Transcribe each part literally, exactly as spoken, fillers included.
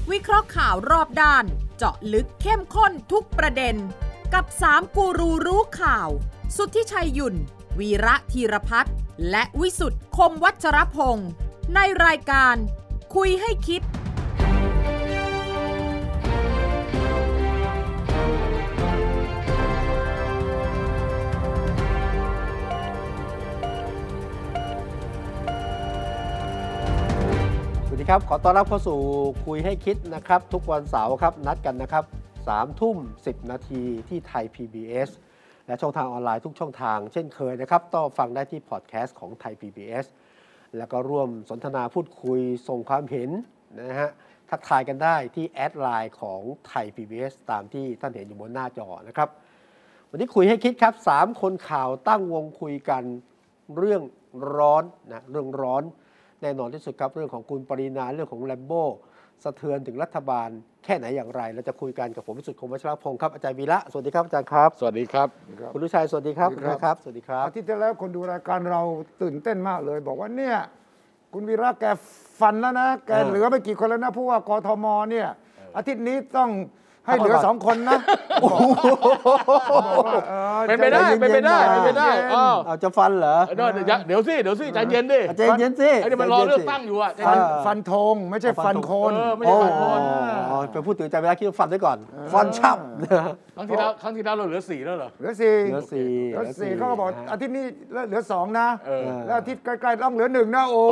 วิเคราะห์ข่าวรอบด้านเจาะลึกเข้มข้นทุกประเด็นกับสามกูรูรู้ข่าวสุทธิชัยหยุ่นวีระธีรพัฒน์และวิสุทธ์คมวัชรพงศ์ในรายการคุยให้คิดสวัสดีครับขอต้อนรับเข้าสู่คุยให้คิดนะครับทุกวันเสาร์ครับนัดกันนะครับสามทุ่มสิบนาทีที่ไทย พี บี เอส และช่องทางออนไลน์ทุกช่องทางเช่นเคยนะครับต้องฟังได้ที่พอดแคสต์ของไทย พี บี เอส แล้วก็ร่วมสนทนาพูดคุยส่งความเห็นนะฮะทักทายกันได้ที่แอดไลน์ของไทย พี บี เอส ตามที่ท่านเห็นอยู่บนหน้าจอนะครับวันนี้คุยให้คิดครับสามคนข่าวตั้งวงคุยกันเรื่องร้อนนะเรื่องร้อนแน่นอนที่สุดครับเรื่องของคุณปรินาเรื่องของแลมโบ้สะเทือนถึงรัฐบาลแค่ไหนอย่างไรเราจะคุยกันกับผมวิสุทธิ์คมวัชรพงศ์ครับอาจารย์วีระสวัสดีครับอาจารย์ครับสวัสดีครับคุณลุชัยสวัสดีครับนะครับสวัสดีครับอาทิตย์ที่แล้วคนดูรายการเราตื่นเต้นมากเลยบอกว่าเนี่ยคุณวีระแกฟันแล้วนะแกเหลือไม่กี่คนแล้วนะผู้ว่ากทมเนี่ยอาทิตย์นี้ต้องให้เหลือสองคนนะเป็นไปได้เป็นไปได้เป็นไปได้เอาจะฟันเหรอเดี๋ยวสิเดี๋ยวสิใจเย็นดิใจเย็นสิไอ้นี่มันรอเลือกตั้งอยู่อ่ะฟันธงไม่ใช่ฟันโคนไม่ใช่ฟันโคนเป็นพูดถึงใจเวลาคิดว่าฟันได้ก่อนฟันชับครั้งที่แล้วครั้งที่แล้วเราเหลือสี่แล้วเหรอเหลือสี่เหลือสี่เหลือสี่เขาก็บอกอาทิตย์นี้เหลือสองนะแล้วอาทิตย์ใกล้ๆต้องเหลือหนึ่งนะโอ้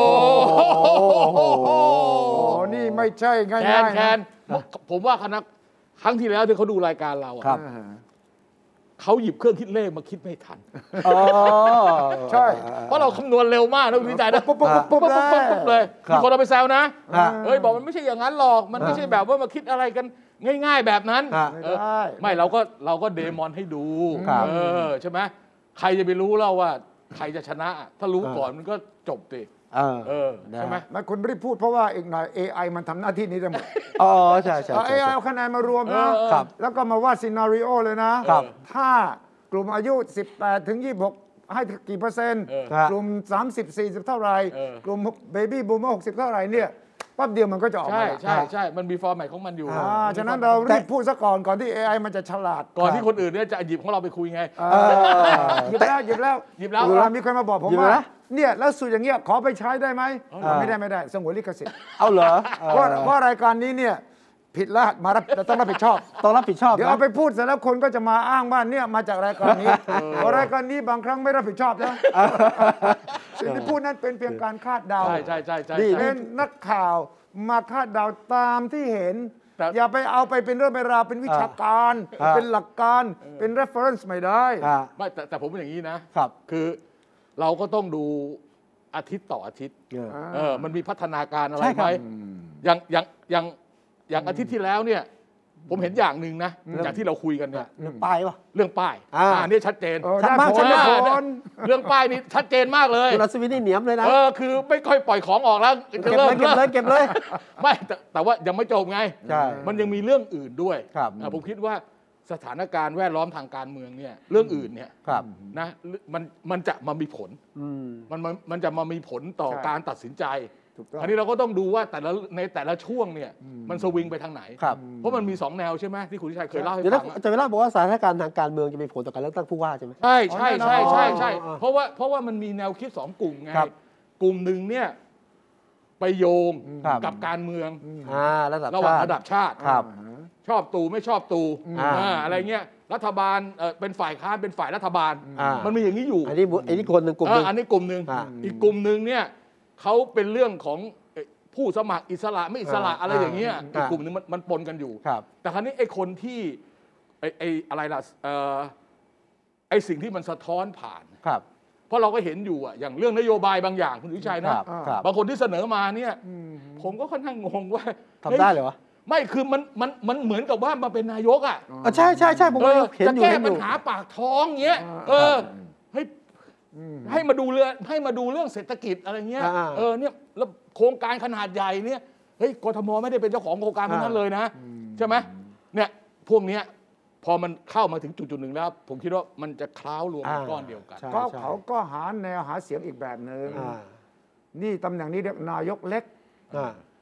โหนี่ไม่ใช่ง่ายๆแคนผมว่าคณะครั้งที่แล้วที่เขาดูรายการเราอ่ะเขาหยิบเครื่องคิดเลขมาคิดไม่ทันใช่เพราะเราคำนวณเร็วมากนะคุณวิจัยนะปุ๊บปุ๊บปุ๊บปุ๊บปุ๊บเลยมีคนเอาไปแซวนะเฮ้ยบอกมันไม่ใช่อย่างนั้นหรอกมันไม่ใช่แบบว่ามาคิดอะไรกันง่ายๆแบบนั้นไม่เราก็เราก็เดมอนให้ดูเออใช่ไหมใครจะไปรู้เล่าว่าใครจะชนะถ้ารู้ก่อนมันก็จบดิเออใช่ไหมไม่คุณไม่ได้พูดเพราะว่าอีกหน่อย เอ ไอ มันทำหน้าที่นี้ได้หมดอ๋อใช่ใช่เอ ไอ เอาคะแนนมารวมนะแล้วก็มาวาดซีนาริโอเลยนะถ้ากลุ่มอายุสิบแปดถึงยี่สิบหกให้กี่เปอร์เซ็นต์กลุ่มสามสิบ สี่สิบเท่าไหร่กลุ่มเบบี้บูมเมอร์หกสิบเท่าไหร่เนี่ยปั๊บเดียวมันก็จะออกมาใช่ใช่ใช่มันมีฟอร์แมตของมันอยู่ฉะนั้นเรารีบพูดซะก่อนก่อนที่ เอ ไอ มันจะฉลาดก่อนที่คนอื่นเนี่ยจะหยิบของเราไปคุยไงหยิบแล้วหยิบแล้วหยิบแล้วมีคนมาบอกผมว่าเนี่ยแล้วสูตรอย่างเงี้ยขอไปใช้ได้ไหมไม่ได้ไม่ได้สงวนลิขสิทธิ์เอาเหรอเพราะเพราะรายการนี้เนี่ยผิดแล้วมารับต้องรับผิดชอบต้องรับผิดชอบเดี๋ยวเอาไปพูดเสร็จแล้วคนก็จะมาอ้างว่าเนี่ยมาจากรายการนี้เพราะรายการนี้บางครั้งไม่รับผิดชอบนะสิ่งที่พูดนั้นเป็นเพียงการคาดเดาใช่ใช่ใช่ใช่เป็นนักข่าวมาคาดเดาตามที่เห็นอย่าไปเอาไปเป็นเรื่องเป็นราวเป็นวิชาการเป็นหลักการเป็น reference ไม่ได้ไม่แต่แต่ผมเป็นอย่างนี้นะครับคือเราก็ต้องดูอาทิตย์ต่ออาทิตย์เออมันมีพัฒนาการอะไรไหมอย่างอย่างอย่างอย่างอาทิตย์ที่แล้วเนี่ยผมเห็นอย่างหนึ่งนะจากที่เราคุยกันเนี่ยเรื่องป้ายป่ะเรื่องป้ายอ่านี่ชัดเจนชัดมากชัดมากเรื่องป้ายนี่ชัดเจนมากเลยคุณรัศมีนี่เหนียมเลยนะเออคือไม่ค่อยปล่อยของออกแล้วเก็บเลยเก็บเลยเก็บเลยไม่แต่ว่ายังไม่จบไงมันยังมีเรื่องอื่นด้วยผมคิดว่าสถานการณ์แวดล้อมทางการเมืองเนี่ยเรื่องอื่นเนี่ยนะมันมันจะมามีผลมันมันจะมามีผลต่อการตัดสินใจอันนี้เราก็ต้องดูว่าแต่ละในแต่ละช่วงเนี่ยมันสวิงไปทางไหนเพราะมันมีสองแนวใช่ไหมที่คุณชัยเคยเล่าให้ฟังอาจารย์เวลาบอกว่าสถานการณ์ทางการเมืองจะมีผลต่อการเลือกตั้งผู้ว่าใช่ไหมใช่ใช่ใช่ใช่ใช่เพราะว่าเพราะว่ามันมีแนวคิดสองกลุ่มไงกลุ่มหนึ่งเนี่ยไปโยงกับการเมืองระหว่างระดับชาติชอบตู่ไม่ชอบตู่อะไรเงี้ยรัฐบาลเป็นฝ่ายค้านเป็นฝ่ายรัฐบาลมันมีอย่างนี้อยู่อันนี้อันนี้คนหนึ่งกลุ่มนึงอันนี้กลุ่มนึงอีกกลุ่มนึงเนี่ยเขาเป็นเรื่องของผู้สมัครอิสระไม่อิสระอะไรอย่างเงี้ยอีกกลุ่มนึงมันมันปนกันอยู่แต่คราวนี้ไอ้คนที่ไอ้ไอ้อะไรล่ะไอ้สิ่งที่มันสะท้อนผ่านเพราะเราก็เห็นอยู่อ่ะอย่างเรื่องนโยบายบางอย่างคุณวิชัยนะบางคนที่เสนอมาเนี่ยผมก็ค่อนข้างงงว่าทำได้เหรอวะไม่คือมันมันมันเหมือนกับว่ามาเป็นนายกอ่ะใช่ใช่ใช่ผมเห็นอยู่จะแก้ปัญหาปากท้องเงี้ยเออให้ให้มาดูเรื่องให้มาดูเรื่องเศรษฐกิจอะไรเงี้ยเออเนี่ยแล้วโครงการขนาดใหญ่เนี่ยเฮ้ยกทมไม่ได้เป็นเจ้าของโครงการพวกนั้นเลยนะใช่ไหมเนี่ยพวกเนี้ยพอมันเข้ามาถึงจุดๆหนึ่งแล้วผมคิดว่ามันจะคล้าวรวมก้อนเดียวกันก็เขาก็หาแนวหาเสียงอีกแบบหนึ่งนี่ตำแหน่งนี้เรียกนายกเล็ก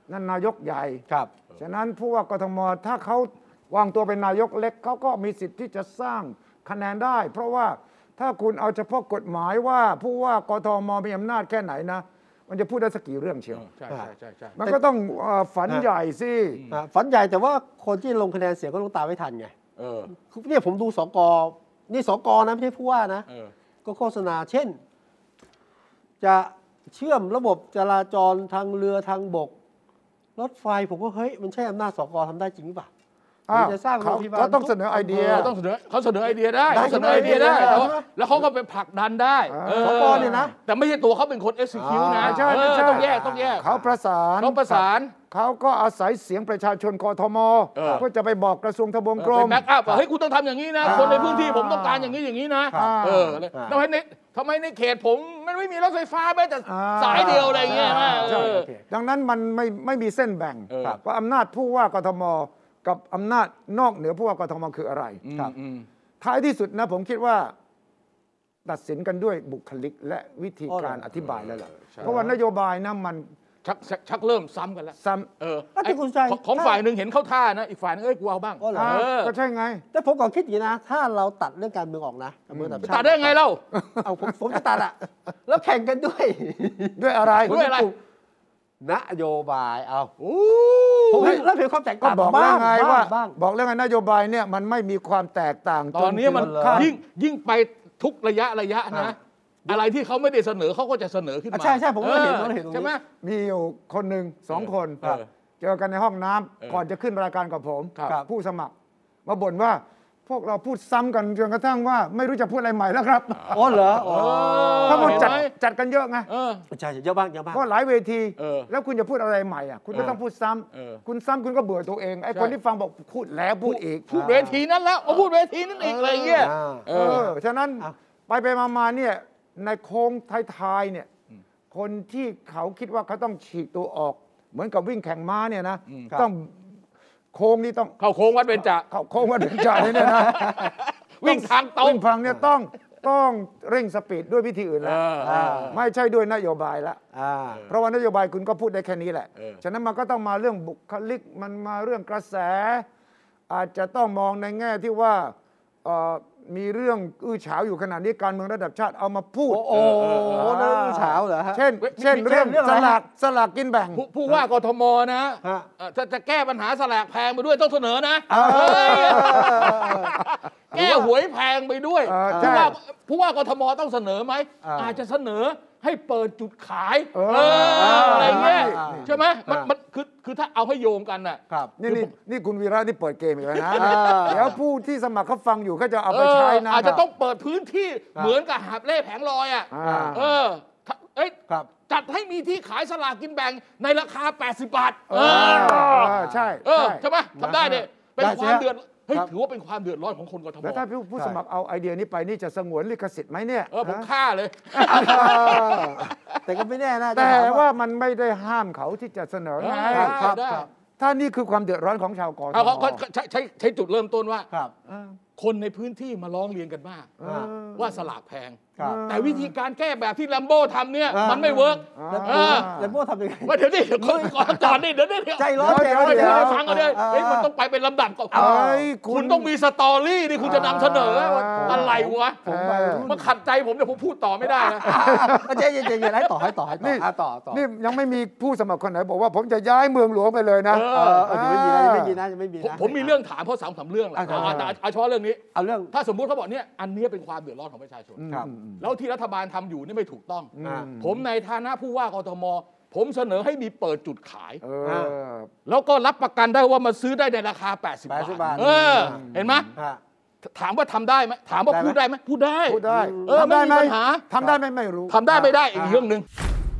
นั่นนายกใหญ่ครับฉะนั้นผู้ว่ากทมถ้าเขาวางตัวเป็นนายกเล็กเขาก็มีสิทธิ์ที่จะสร้างคะแนนได้ เพราะว่าถ้าคุณเอาเฉพาะกฎหมายว่าผู้ว่ากทมมีอำนาจแค่ไหนนะมันจะพูดได้สักกี่เรื่องเชียวใช่ใช่ใช่ใช่มันก็ต้องเอ่อฝันใหญ่สิอ่ะฝันใหญ่แต่ว่าคนที่ลงคะแนนเสียงก็ต้องตามไม่ทันไงเออเนี่ยผมดูสกนี่สกนะไม่ใช่ผู้ว่านะเออก็โฆษณาเช่น จะเชื่อมระบบจราจรทางเรือทางบก รถไฟผมก็เฮ้ยมันใช่อำนาจสกทำได้จริงหรือเปล่าอ้าวจะสร้างโรงพยาบาลเขาต้องเสนอไอเดียเขาต้องเสนอเขาเสนอไอเดียได้ได้เขาเสนอไอเดียได้ใช่ไหมแต่ว่าแล้วเขาก็ไปผลักดันได้อ่าเออสกเนี่ยนะแต่ไม่ใช่ตัวเขาเป็นคน execute นะอ่าใช่เออใช่ต้องแยกต้องแยกเขาประสานเขาประสานเขาก็อาศัยเสียงประชาชนกทมเออเพื่อจะไปบอกกระทรวงทบวงกรเป็มนแบ็กอัพเฮ้ยคุณต้องทำอย่างนี้นะอ่าคนในพื้นที่ผมต้องการอย่างนี้อย่างนี้นะครับ เอออ่าทำไมในทำไมในเขตผมมันไม่มีรถไฟฟ้าแม้แต่อ่าสายเดียวอะไรเงี้ยนะใช่เออโอเคดังนั้นมันไม่ไม่มีเส้นแบ่งเออว่าอำนาจผู้ว่ากทมกับอำนาจนอกเหนือผู้ว่ากทมคืออะไรครับอืมท้ายที่สุดนะผมคิดว่าตัดสินกันด้วยบุคลิกและวิธีอ๋อเหรอการอธิบายแล้วล่ะใช่เพราะว่านโยบายนะมันชักชักชักเริ่มซ้ำกันแล้วซ้เออแล้วที่คุณชัยของของถ้าฝ่ายหนึ่งเห็นเข้าท่านะอีกฝ่ายหนึงเอ้ยกูเอาบ้างอ๋อเหรำอ่าเออก็ใช่ไงแต่ผมก็คิดอย่างนี้นะ ถ้าเราตัดเรื่องการเมืองออกนะการเมืองแบบไปตัดได้ไงเล่าเอาผมผมจะตัดอะแล้วแข่งกันด้วยด้วยอะไรด้วยอะไรนโยบายเอาโอ้ผมเห็นแล้วเห็นความแตกก็ต่างบอกแล้วไงบ้ว่าบ้างบอกแล้วไงนโยบายเนี่ยมันไม่มีความแตกต่างตอนนี้มันจถึงขั้ยิ่งยิ่งไปทุกระยะระยะนะ อะไรที่เขาไม่ได้เสนอเขาก็จะเสนอขึ้นมาใช่ใช่ผมก็เห็นออผมก็เห็นตรงนี้ใช่ไหมมีอยู่คนหนึ่งสองคนครับเจอกันในห้องน้ำเออก่อนจะขึ้นรายการกับผมครับผู้สมัคร มาบ่นว่าพวกเราพูดซ้ำกันจนกระทั่งว่าไม่รู้จะพูดอะไรใหม่แล้วครับอ๋อเหรออ๋อเพราะมันจัดเห็นไหมจัดกันเยอะไงเออใช่เยอะบ้างเยอะบ้างเพราะหลายเวทีเออแล้วคุณจะพูดอะไรใหม่อ่ะคุณก็เออต้องพูดซ้ำเออคุณซ้ำคุณก็เบื่อตัวเองไอ้ใช่คนที่ฟังบอกพูดแล้วพูดอีกพูดเวทีนั้นแล้วเอาพูดเวทีนั้นอีกอะไรเงี้ยอ่าเอเอออฉะนั้นอ่ะไปไปมาๆเนี่ยในโค้งท้ายๆเนี่ยคนที่เขาคิดว่าเขาต้องฉีกตัวออก เหมือนกับวิ่งแข่งม้าเนี่ยนะอืมต้องโค้งนี่ต้องเข้าโค้งวัดเบญจเข้าโค้งวันเป็นจ่ายเนี่ยนะวิ่งทางตรงวิ่งฟังเนี่ยต้องต้องเร่งสปีดด้วยวิธีอื่นแล้วเออเออไม่ใช่ด้วยนโยบายละอ่าเพราะว่านโยบายคุณก็พูดได้แค่นี้แหละเออฉะนั้นมันก็ต้องมาเรื่องบุคลิกมันมาเรื่องกระแส อาจจะต้องมองในแง่ที่ว่าเอ่อมีเรื่องอื้อฉาวอยู่ขนาดนี้การเมืองระดับชาติเอามาพูดโอ้โหเรื่องเช้าเหรอฮะเช่น เช่นเช่นเรื่องเรื่องอะสไรฮะลากสลากกินแบ่งผู้ผู้ว่ากทมนะฮะเอ่อจะจะแก้ปัญหาสลากแพงไปด้วยต้องเสนอนะเออเฮ้ยแก้หวยแพงไปด้วยเออใช่ผู้ว่าผู้ว่ากทมต้องเสนอไหมอ่าอาจจะเสนอให้เปิดจุดขายเออเอออะไรเงี้ยอ่าใช่ไหมมันอ่ามัมันคือคือถ้าเอาให้โยงกันน่ะครับนี่นี่นี่คุณวีระนี่เปิดเกมอีกแล้วนะอ่าเดี๋ยวผู้ที่สมัครเขาฟังอยู่เขาจะเอาไปเออใช้นะอาจจะต้องเปิดพื้นที่ครับเหมือนกับหาบเล่แผงลอยอ่ะอ่าเออถ้าเอ้ยครับจัดให้มีที่ขายสลากกินแบ่งในราคา แปดสิบบาทเออเออใช่เออใช่ไหมทำได้เนี่ยเป็นได้ความใช่เดือดเฮ้ยครับถือว่าเป็นความเดือดร้อนของคนกทมแล้วถ้าผู้ผู้สมัครเอาไอเดียนี้ไปนี่จะสงวนลิขสิทธิ์ไหมเนี่ยเออผมฮะฆ่าเลยแต่ก็ไม่แน่นะแต่จะถมว่ามันไม่ได้ห้ามเขาที่จะเสนอไงได้ครับได้ครับถ้านี่คือความเดือดร้อนของชาวกทเอามเขาเขาใช้ใช้ใช้จุดเริ่มต้นว่าครับเออคนในพื้นที่มาร้องเรียนกันมากเออว่าสลากแพงครับแต่วิธีการแก้แบบที่แลมโบ้ทำเนี่ยอ่ามัมันไม่เวิร์กแล้วเออแล้วพวกทำยังไงว่าเดี๋ยวนี้เดี๋ยวคนก่อนก่อนนี่เดี๋ยวนี้ใจร้อนเดี๋ใจยวร้อนไม่เดี๋ได้ยวฟังกันเลยเฮ้ยมันต้องไปเป็นลำดับก่อนเอ้ยคุคุณ ณต้องมีสตอรี่นี่คุณจะนำเสนอว่าอ่าอะไรวะผมไปรุ่นมาขัดใจผมเดี๋ยวผมพูดต่อไม่ได้นะใจเย็นใจเย็นให้ต่อให้ต่อให้ต่อนี่อ่ะต่อต่อนี่ยังไม่มีผู้สมัครคนไหนบอกว่าผมจะย้ายเมืองหลวงไปเลยนะเอเออเออยังไม่มีนะยังไม่มีนะยังไม่มีผมนะผมมีเรื่องถามเพราะสามสามเรื่องแหละอ่ะครับเอาแต่เอาเฉพาะเรื่องนี้เอาเรื่องถ้าสมมุติเขาบอกเนี่ยอันนี้เป็นความเดือดร้อนของประชาชนครับแล้วที่รัฐบาลทำอยู่นี่ไม่ถูกต้องอ่าผมในฐานะผู้ว่ากทม ผมเสนอให้มีเปิดจุดขายเออแล้วก็รับประกันได้ว่ามาซื้อได้ในราคา แปดสิบแปดสิบบาบาทท เออ เห็นไหมฮะถามว่าทำได้ไหมถามว่าได้ไหมพูดได้ไหมพูดได้พูดได้เออทำได้ไหมไม่มีปัญหาทำได้ไหมไม่รู้ทำได้ไม่ได้อีกเรื่องหนึ่ง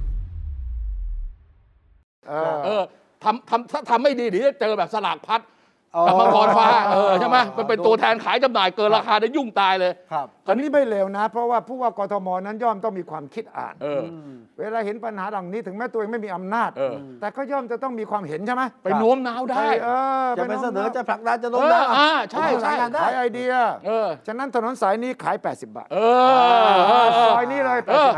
เออเออทำทำถ้าทำไม่ดีเดี๋ยวจะเจอแบบสลากพัดกับมังกรฟ้าเออใช่ไหมมันเป็นตัวแทนขายจำหน่ายเกินราคาได้ยุ่งตายเลยครับอันนี้ไม่เลวนะ เพราะว่าผู้ว่ากทมนั้นย่อมต้องมีความคิดอ่านเออเวลาเห็นปัญหาดังนี้ถึงแม้ตัวเองไม่มีอำนาจเออแต่ก็ย่อมจะต้องมีความเห็นใช่ไหมไปโน้มน้าวได้ไปเออจะไปเสนอจะผลักดันจะเอล้มอได้อ่าใช่ใช่งานได้ขายไอเดียเออฉะนั้นถนนสายนี้ขาย แปดสิบบาทเออเออเออซอยนี้เลยเออแปดสิบบาท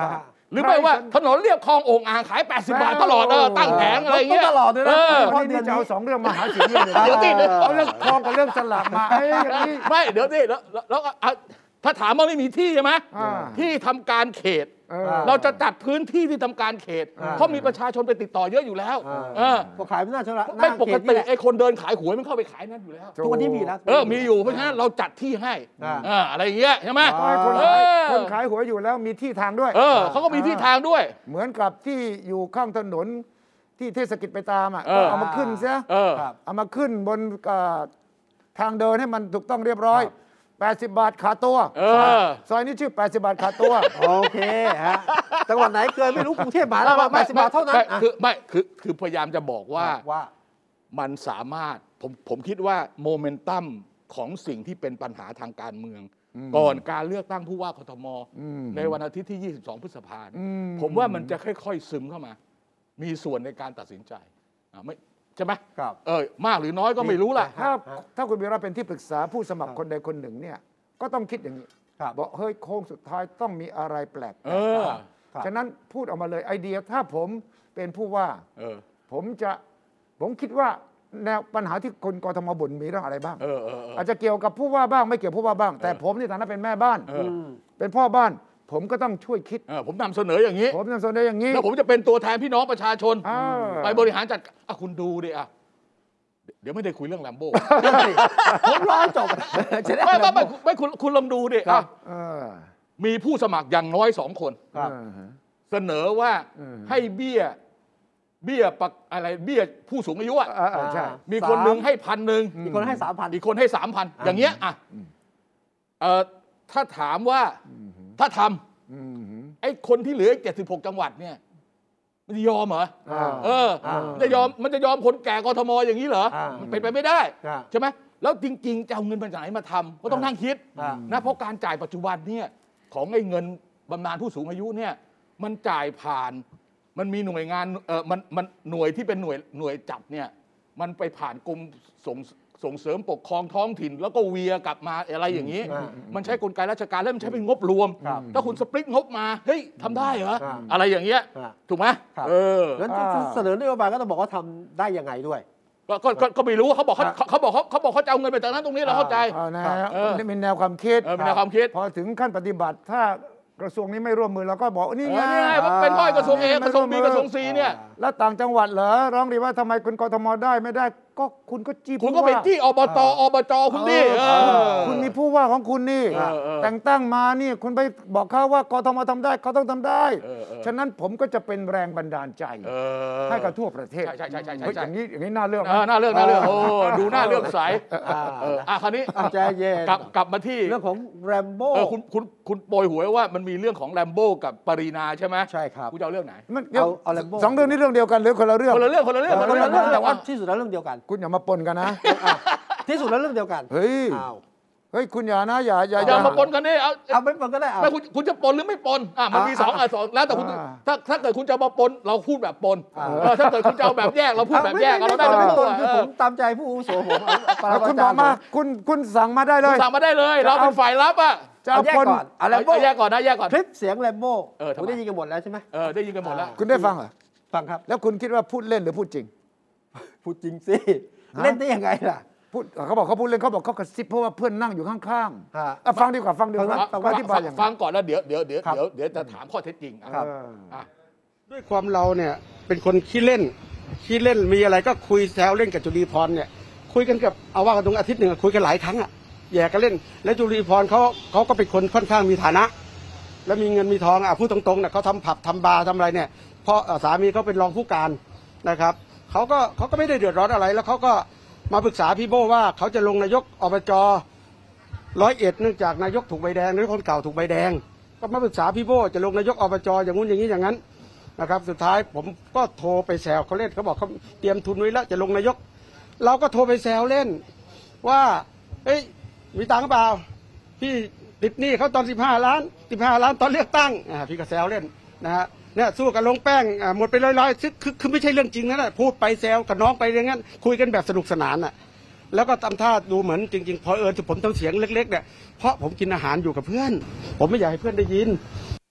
หรือไม่ว่าถนนเรียบคลองโอ่งอ่างขายแปดสิบบาทตลอดเออตั้งแผงอะไรเงี้ยตลอดเลยนะเพราะนี่จะเอาสองเรื่องมาหาเสียงเลยเดี๋ยวติดเอาเรื่องทองกับเรื่องสลากมาไอ้อย่างนี้ไม่เดี๋ยวดิแล้วแล้วถ้าถามว่าไม่มีที่ใช่ไหมที่ทำการเขตเราจะจัดพื้นที่ที่ทำการเขตเพราะมีประชาชนไปติดต่อเยอะอยู่แล้วก็ขายไม่น่าชนะไม่ปกติไอ้คนเดินขายหวยมันเข้าไปขายนั่นอยู่แล้วทุกวันนี้มีแล้วเออมีอยู่เพราะฉะนั้นเราจัดที่ให้อะไรอย่างเงี้ยใช่ไหมคนขายหวยอยู่แล้วมีที่ทางด้วยเออเขาก็มีที่ทางด้วยเหมือนกับที่อยู่ข้างถนนที่เทศกิจไปตามอ่ะเอามาขึ้นซะเอามาขึ้นบนทางเดินให้มันถูกต้องเรียบร้อยแปดสิบบาทขาตัวซอยนี้ชื่อแปดสิบบาทขาตัวโอเคฮะจังหวัดไหนเกินไม่รู้กรุงเทพมหานครแปดสิบบาทเท่านั้นคือไม่คือคือพยายามจะบอกว่าว่ามันสามารถผมผมคิดว่าโมเมนตัมของสิ่งที่เป็นปัญหาทางการเมืองก่อนการเลือกตั้งผู้ว่ากทมในวันอาทิตย์ที่ยี่สิบสองพฤษภาคมผมว่ามันจะค่อยๆซึมเข้ามามีส่วนในการตัดสินใจไม่ใช่ไหมครับเออมากหรือน้อยก็ไม่รู้ล่ะถ้าถ้าคุณวีระเป็นที่ปรึกษาผู้สมัครคนใดคนหนึ่งเนี่ยก็ต้องคิดอย่างนี้บอกเฮ้ยโค้งสุดท้ายต้องมีอะไรแปลกๆฉะนั้นพูดออกมาเลยไอเดียถ้าผมเป็นผู้ว่าผมจะผมคิดว่าแนวปัญหาที่คนกทมบ่นมีเรื่องอะไรบ้างอาจจะเกี่ยวกับผู้ว่าบ้างไม่เกี่ยวผู้ว่าบ้างแต่ผมในฐานะเป็นแม่บ้านเป็นพ่อบ้านผมก็ต้องช่วยคิดผมนำเสนออย่างนี้ผมนำเสนออย่างนี้แล้วผมจะเป็นตัวแทนพี่น้องประชาชนไปบริหารจัดอ่ะคุณดูดิอ่ะเดี๋ยวไม่ได้คุยเรื่องแลมโบ้ผมรอจบไม่ไม่ไม่ไม่คุณคุณลองดูดิอ่ะมีผู้สมัครอย่างน้อยสองคนเสนอว่าให้เบี้ยเบี้ยปักอะไรเบี้ยผู้สูงอายุอ่ะมีคนหนึ่งให้พันหนึ่งอีกคนให้สามพันอีกคนให้สามพันอย่างเงี้ยอ่ะเอ่อถ้าถามว่าถ้าทำไอ้คนที่เหลือเจ็ดสิบหกจังหวัดเนี่ยมันจะยอมเหรอเออจะยอมมันจะยอมคนแก่กทมอย่างนี้เหรอมันเป็นไปไม่ได้ใช่ไหมแล้วจริงๆจะเอาเงินมาจากไหนมาทำก็ต้องนั่งคิดนะเพราะการจ่ายปัจจุบันเนี่ยของไอ้เงินบำนาญผู้สูงอายุเนี่ยมันจ่ายผ่านมันมีหน่วยงานเออมันมันหน่วยที่เป็นหน่วยหน่วยจัดเนี่ยมันไปผ่านกรมส่งส่งเสริมปกครองท้องถิ่นแล้วก็เวียกลับมาอะไรอย่างนี้มันใช้กลไกราชการแล้วมันใช้เป็นงบรวมถ้าคุณสปริตงบมาเฮ้ยทำได้เหรออะไรอย่างเงี้ยถูกไหมเอองั้นเสนอนโยบายก็ต้องบอกว่าทำได้ยังไงด้วยก็ก็ไม่รู้เขาบอกเขาเขาบอกเขาเขาบอกเขาจะเอาเงินไปจากนั้นตรงนี้เราเข้าใจนี่เป็นแนวความคิดเป็นแนวความคิดพอถึงขั้นปฏิบัติถ้ากระทรวงนี้ไม่ร่วมมือเราก็บอกนี่ไงเป็นพ่อยกระทรวงเอกระทรวงบีกระทรวงซีเนี่ยแล้วต่างจังหวัดเหรอร้องดีว่าทำไมคุณกทมได้ไม่ได้ก็คุณก็จี้คุณก็ไปจี้อบตอบจคุณดิคุณมีผู้ว่าของคุณนี่แต่งตั้งมานี่คุณไปบอกเขาว่ากทมทำได้เขาต้องทำได้ฉะนั้นผมก็จะเป็นแรงบันดาลใจให้กับทั่วประเทศใช่ใช่ใช่ใช่อย่างนี้อย่างนี้น่าเรื่องน่าเรื่องน่าเรื่องโอ้ดูน่าเรื่องใสอ่ะคราวนี้ใจเย็นกลับกลับมาที่เรื่องของแรมโบ้คุณคุณคุณโปรยหวยว่ามันมีเรื่องของแรมโบ้กับปรีนาใช่ไหมใช่ครับคุณจะเอาเรื่องไหนเอาเอาแรมโบ้สองเรื่องนี้เรื่องเดียวกันหรือคนละเรื่องคนละเรื่องคนละเรื่องคนละเรื่องแต่ว่าที่สุดแล้วเรื่องเดียวกันคุณอย่ามาปนกันนะที่สุดแล้วเรื่องเดียวกันเฮ้ยเฮ้ยคุณอย่านะอย่าอย่าอย่ามาปนกันนี่เอาเอาไม่ปนก็ได้ไม่คุณคุณจะปนหรือไม่ปนอ่ะมันมีสองอ่ะสองแล้วแต่คุณถ้าถ้าเกิดคุณจะมาปนเราพูดแบบปนถ้าเกิดคุณจะเอาแบบแยกเราพูดแบบแยกเราได้ไม่ปนคือผมตามใจผู้อาวุโสผมคุณบอกมาคุณคุณสั่งมาได้เลยสั่งมาได้เลยเราเป็นฝ่ายรับอ่ะจะแยกก่อนอะไรแยกก่อนนะแยกก่อนคลิปเสียงแรมโบ้ผมได้ยินกันหมดแล้วใช่ไหมเออได้ยินกันหมดแล้วคุณได้ฟังเหรอฟังครับแล้วคุณคิดว่าพูดเล่นหรือพูดจริงพูดจริงสิเล่นได้ยังไงล่ะพูดเขาบอกเขาพูดเล่นเขาบอกเขากระซิบเพราะว่าเพื่อนนั่งอยู่ข้างๆฟังดีกว่าฟังดีกว่าฟังที่บายฟังก่อนแล้วเดี๋ยวเดี๋ยวเดี๋ยวเดี๋ยวเดี๋ยวจะถามข้อเท็จจริงครับด้วยความเราเนี่ยเป็นคนขี้เล่นขี้เล่นมีอะไรก็คุยแซวเล่นกับจุลีพรเนี่ยคุยกันกับเอาว่ากันตรงอาทิตย์หนึ่งคุยกันหลายครั้งอ่ะแย่กันเล่นแล้วจุลีพรเขาเขาก็เป็นคนค่อนข้างมีฐานะแล้วมีเงินมีทองอ่ะพูดตรงๆเนี่ยเขาทำผับทำบาร์ทำอะไรเนี่ยเพราะสามีเขาเป็นรองผู้การนะครับเขาก็เขาก็ไม่ได้เดือดร้อนอะไรแล้วเขาก็มาปรึกษาพี่โบว่าเขาจะลงนายกอบจร้อยเอ็ดเนื่องจากนายกถูกใบแดงหรือคนเก่าถูกใบแดงก็มาปรึกษาพี่โบจะลงนายกอบจอย่างงู้นอย่างนี้อย่างนั้นนะครับสุดท้ายผมก็โทรไปแซวเขาเล่นเขาบอกเขาเตรียมทุนไว้แล้วจะลงนายกเราก็โทรไปแซวเล่นว่าเฮ้ยมีตังค์เปล่าพี่ติดหนี้เขาตอนสิบห้าล้านสิบห้าล้านตอนเลือกตั้งอ่าพี่ก็แซวเล่นนะฮะเนี่ยสู้กับลงแป้งอ่าหมดไปร้อยๆคือคือคือไม่ใช่เรื่องจริงนะนะพูดไปแซวกับน้องไปอย่างนั้นคุยกันแบบสนุกสนานอ่ะแล้วก็ทำท่าดูเหมือนจริงๆพอเอิญผมต้องเสียงเล็กๆเนี่ยเพราะผมกินอาหารอยู่กับเพื่อนผมไม่อยากให้เพื่อนได้ยิน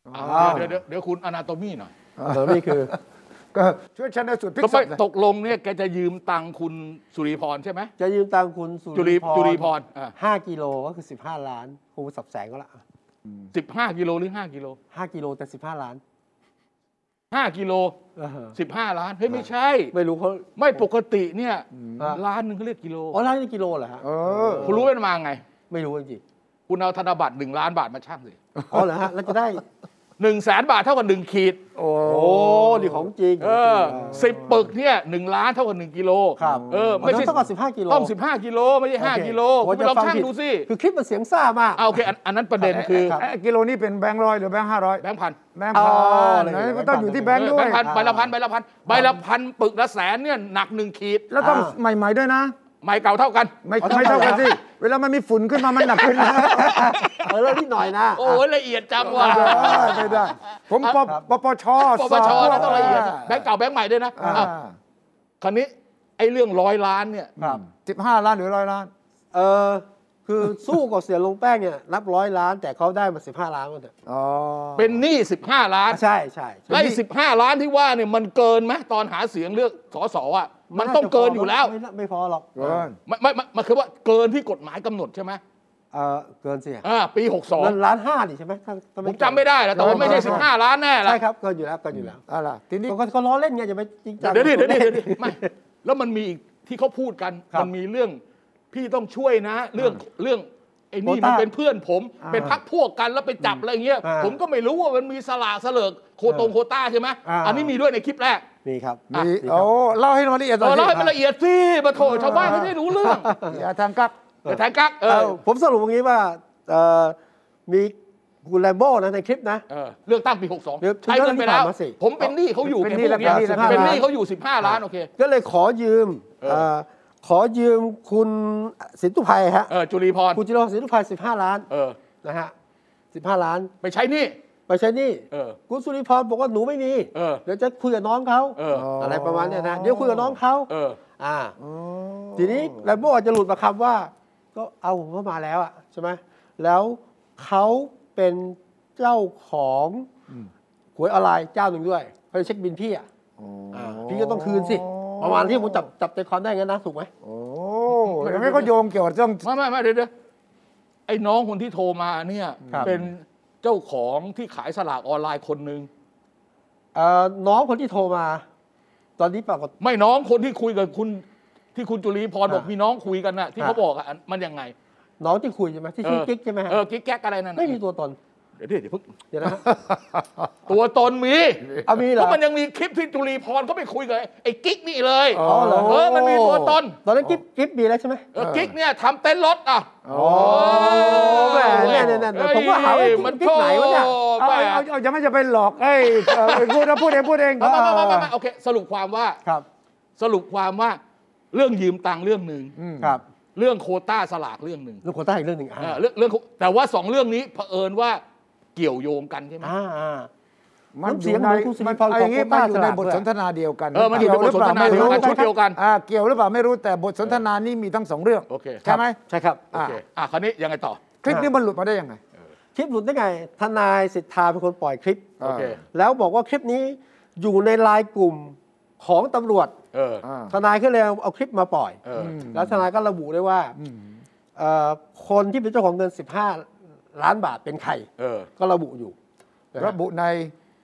เดี๋ยวเดี๋ยวเดี๋ยวคุณอนาโตมีหน่อยอนาโตมีคือก็ช่วยชันสูตรพิกษตกลงเนี่ยแกจะยืมตังคุณสุริพรใช่ไหมจะยืมตังคุณสุริพรจุริพรห้ากิโลก็คือสิบห้าล้านครูสับแสงก็ละสิบห้ากิโลหรือห้ากิโลห้ากิโลแต่สิบห้าล้านห้ากิโลสิบห้าล้านเฮ้ยไม่ใช่ไม่รู้เขาไม่ปกติเนี่ยล้านหนึ่งเขาเรียกกิโลอ๋อล้านนี่กิโลเหรอฮะคุณรู้เป็นมาไงไม่รู้จริงคุณเอาธนบัตรหนึ่งล้านบาทมาชั่งสิอ๋อเหรอฮะแล้วจะได้หนึ่งแสนบาทเท่ากับหนึ่งขีดโอ้นี่ของจริงเออสิบปึกเนี่ยหนึ่งล้านเท่ากับหนึ่งกิโลครับเออไม่ใช่เท่ากับสิบห้ากิโลต้องสิบห้ากิโลไม่ใช่ห้ากิโลคุณลองชั่งดูสิคือคลิปมันเสียงซ่ามากโอเคอันนั้นประเด็นคือกิโลนี่เป็นแบงค์ร้อยหรือแบงค์ห้าร้อยแบงค์พันแบงค์พันก็ต้องอยู่ที่แบงค์ด้วยแบงค์พันใบละพันใบละพันใบละพันปึกละแสนเนี่ยหนักหนึ่งขีดแล้วต้องใหม่ๆด้วยนะใหม่เก่าเท่ากันไม่ไม่เท่ากันสิเวลามันมีฝุ่นขึ้นมามันหนักขึ้นนะเออเรื่องนิดหน่อยนะโอ้ยละเอียดจังว่ะไม่ได้ผมปปปชปปชต้องละเอียดแบงค์เก่าแบงค์ใหม่ด้วยนะคราวนี้ไอ้เรื่องร้อยล้านเนี่ยสิบห้าล้านหรือร้อยล้านเออคือสู้กับเสียลงแป้งเนี่ยนับร้อยล้านแต่เขาได้มาสิบห้าล้านก็เถอะเป็นหนี้สิบห้าล้านใช่ใช่ไอ้สิบห้าล้านที่ว่าเนี่ยมันเกินไหมตอนหาเสียงเลือกสสอ่ะมันต้องเกินอยู่แล้วไม่ไม่พอหรอกเกินไม่ไม่มันคือว่าเกินที่กฎหมายกำหนดใช่ไหมเออเกินสิอ่าปีหกสองล้านห้าดิใช่ไหมผมจำไม่ได้แล้วแต่ว่าไม่ใช่สิบห้าล้านแน่ใช่ครับเกินอยู่แล้วเกินอยู่แล้วอะไรทีนี้ก็ล้อเล่นไงจะไปจริงจังเดี๋ยวดิเดี๋ยวดิเดี๋ยวดิไม่แล้วมันมีอีกที่เขาพูดกันมันมีเรื่องพี่ต้องช่วยนะเรื่องเรื่องไอ้นี่มันเป็นเพื่อนผมเป็นพักพวกกันแล้วไปจับอะไรเงี้ยผมก็ไม่รู้ว่ามันมีสลากเสลิกโคตงโคต้าใช่ไหมอันนี้มีด้วยในคลิปแรกมีครับมีโอ้เล่าให้ละเอียดเล่าให้มันละเอียดสิมาโถชาวบ้านเขาไม่รู้เรื่องอย่าทางกักอย่าทางกักเออผมสรุปอย่างนี้ว่ามีคุณแลมโบ้นะในคลิปนะเรื่องตั้งปีหกสองใช้เงินไปแล้วผมเป็นหนี้เขาอยู่เป็นหนี้เป็นหนี้เขาอยู่สิบห้าล้านโอเคก็เลยขอยืมขอยืมคุณสินธุภัยฮะจุลีพรคุณจุลีพรสินธุภัยสิบห้าล้านนะฮะสิบห้าล้านไปใช้หนี้ไปใช้หนี้คุณสุริพรบอกว่าหนูไม่มีเดี๋ยวจะคุยกับน้องเขาอะไรประมาณนี้นะเดี๋ยวคุยกับน้องเขาอ่าทีนี้แลมโบ้อาจจะหลุดมาคำว่าก็เอาผมเข้ามาแล้วอ่ะใช่ไหมแล้วเขาเป็นเจ้าของหวยออนไลน์เจ้าหนึ่งด้วยเขาจะเช็คบินพี่อ่ะพี่ก็ต้องคืนสิประมาณที่ผมจับจับใจความได้งั้นนะถูกไหมโอ้ยไม่ก็โยงเกี่ยวกับเรื่องไม่ไม่ไม่เดี๋ยวไอ้น้องคนที่โทรมาเนี่ยเป็นเจ้าของที่ขายสลากออนไลน์คนหนึ่งน้องคนที่โทรมาตอนนี้ปรากฏไม่น้องคนที่คุยกับคุณที่คุณจุลีพรบอกมีน้องคุยกันน่ะที่เขาบอกอ่ะมันยังไงน้องที่คุยใช่ไหมที่ชื่อกิ๊กใช่ไหมเออกิ๊กแก๊กอะไรนั่นไม่มีตัวตนเดี๋ยวเดี๋ยวเพิ่งเดี๋ยวนะตัวตนมีเอามีเหรอเพราะมันยังมีคลิปที่จุลีพรเขาไปคุยกับไอ้กิ๊กนี่เลยอ๋อเหรอเออมันมีตัวตนตอนนั้นกิ๊กกิ๊กมีแล้วใช่ไหมเออกิ๊กเนี่ยทำเต้นรถอ่ะโอ้แหมเนี่ยเนี่ยเนี่ยผมว่าหาว่ากิ๊กไหนวะเนี่ยเอาเอาเอาจะไม่จะไปหลอกไอ้พูดนะพูดเองพูดเองไม่ไม่ไม่ไม่โอเคสรุปความว่าครับสรุปความว่าเรื่องยืมตังค์เรื่องหนึ่งครับเรื่องโควต้าสลากเรื่องหนึ่งเรื่องโควต้าอีกเรื่องหนึ่งอ่าเรื่องเรื่องแต่ว่าสองเรื่องนี้เผอิญว่าเกี่ยวโยงกันใช่ไหมอ่ามันเสียงในมันเอาอย่างนี้มันอยู่ในบทสนทนาเดียวกันเออมันอยู่ในบทสนทนาเดียวกันชุดเดียวกันอ่าเกี่ยวหรือเปล่าไม่รู้แต่บทสนทนานี้มีทั้งสองเรื่องโอเคใช่ไหมใช่ครับโอเคอ่าคราวนี้ยังไงต่อคลิปนี้มันหลุดมาได้ยังไงคลิปหลุดได้ไงทนายสิทธาเป็นคนปล่อยคลิปโอเคแล้วบอกว่าคลิปนี้อยู่ในไลน์กลุ่มของตำรวจทนายก็เลยเอาคลิปมาปล่อยแล้วทนายก็ระบุได้ว่าคนที่เป็นเจ้าของเงินสิบห้าล้านบาทเป็นใครก็ระบุอยู่ระบุใน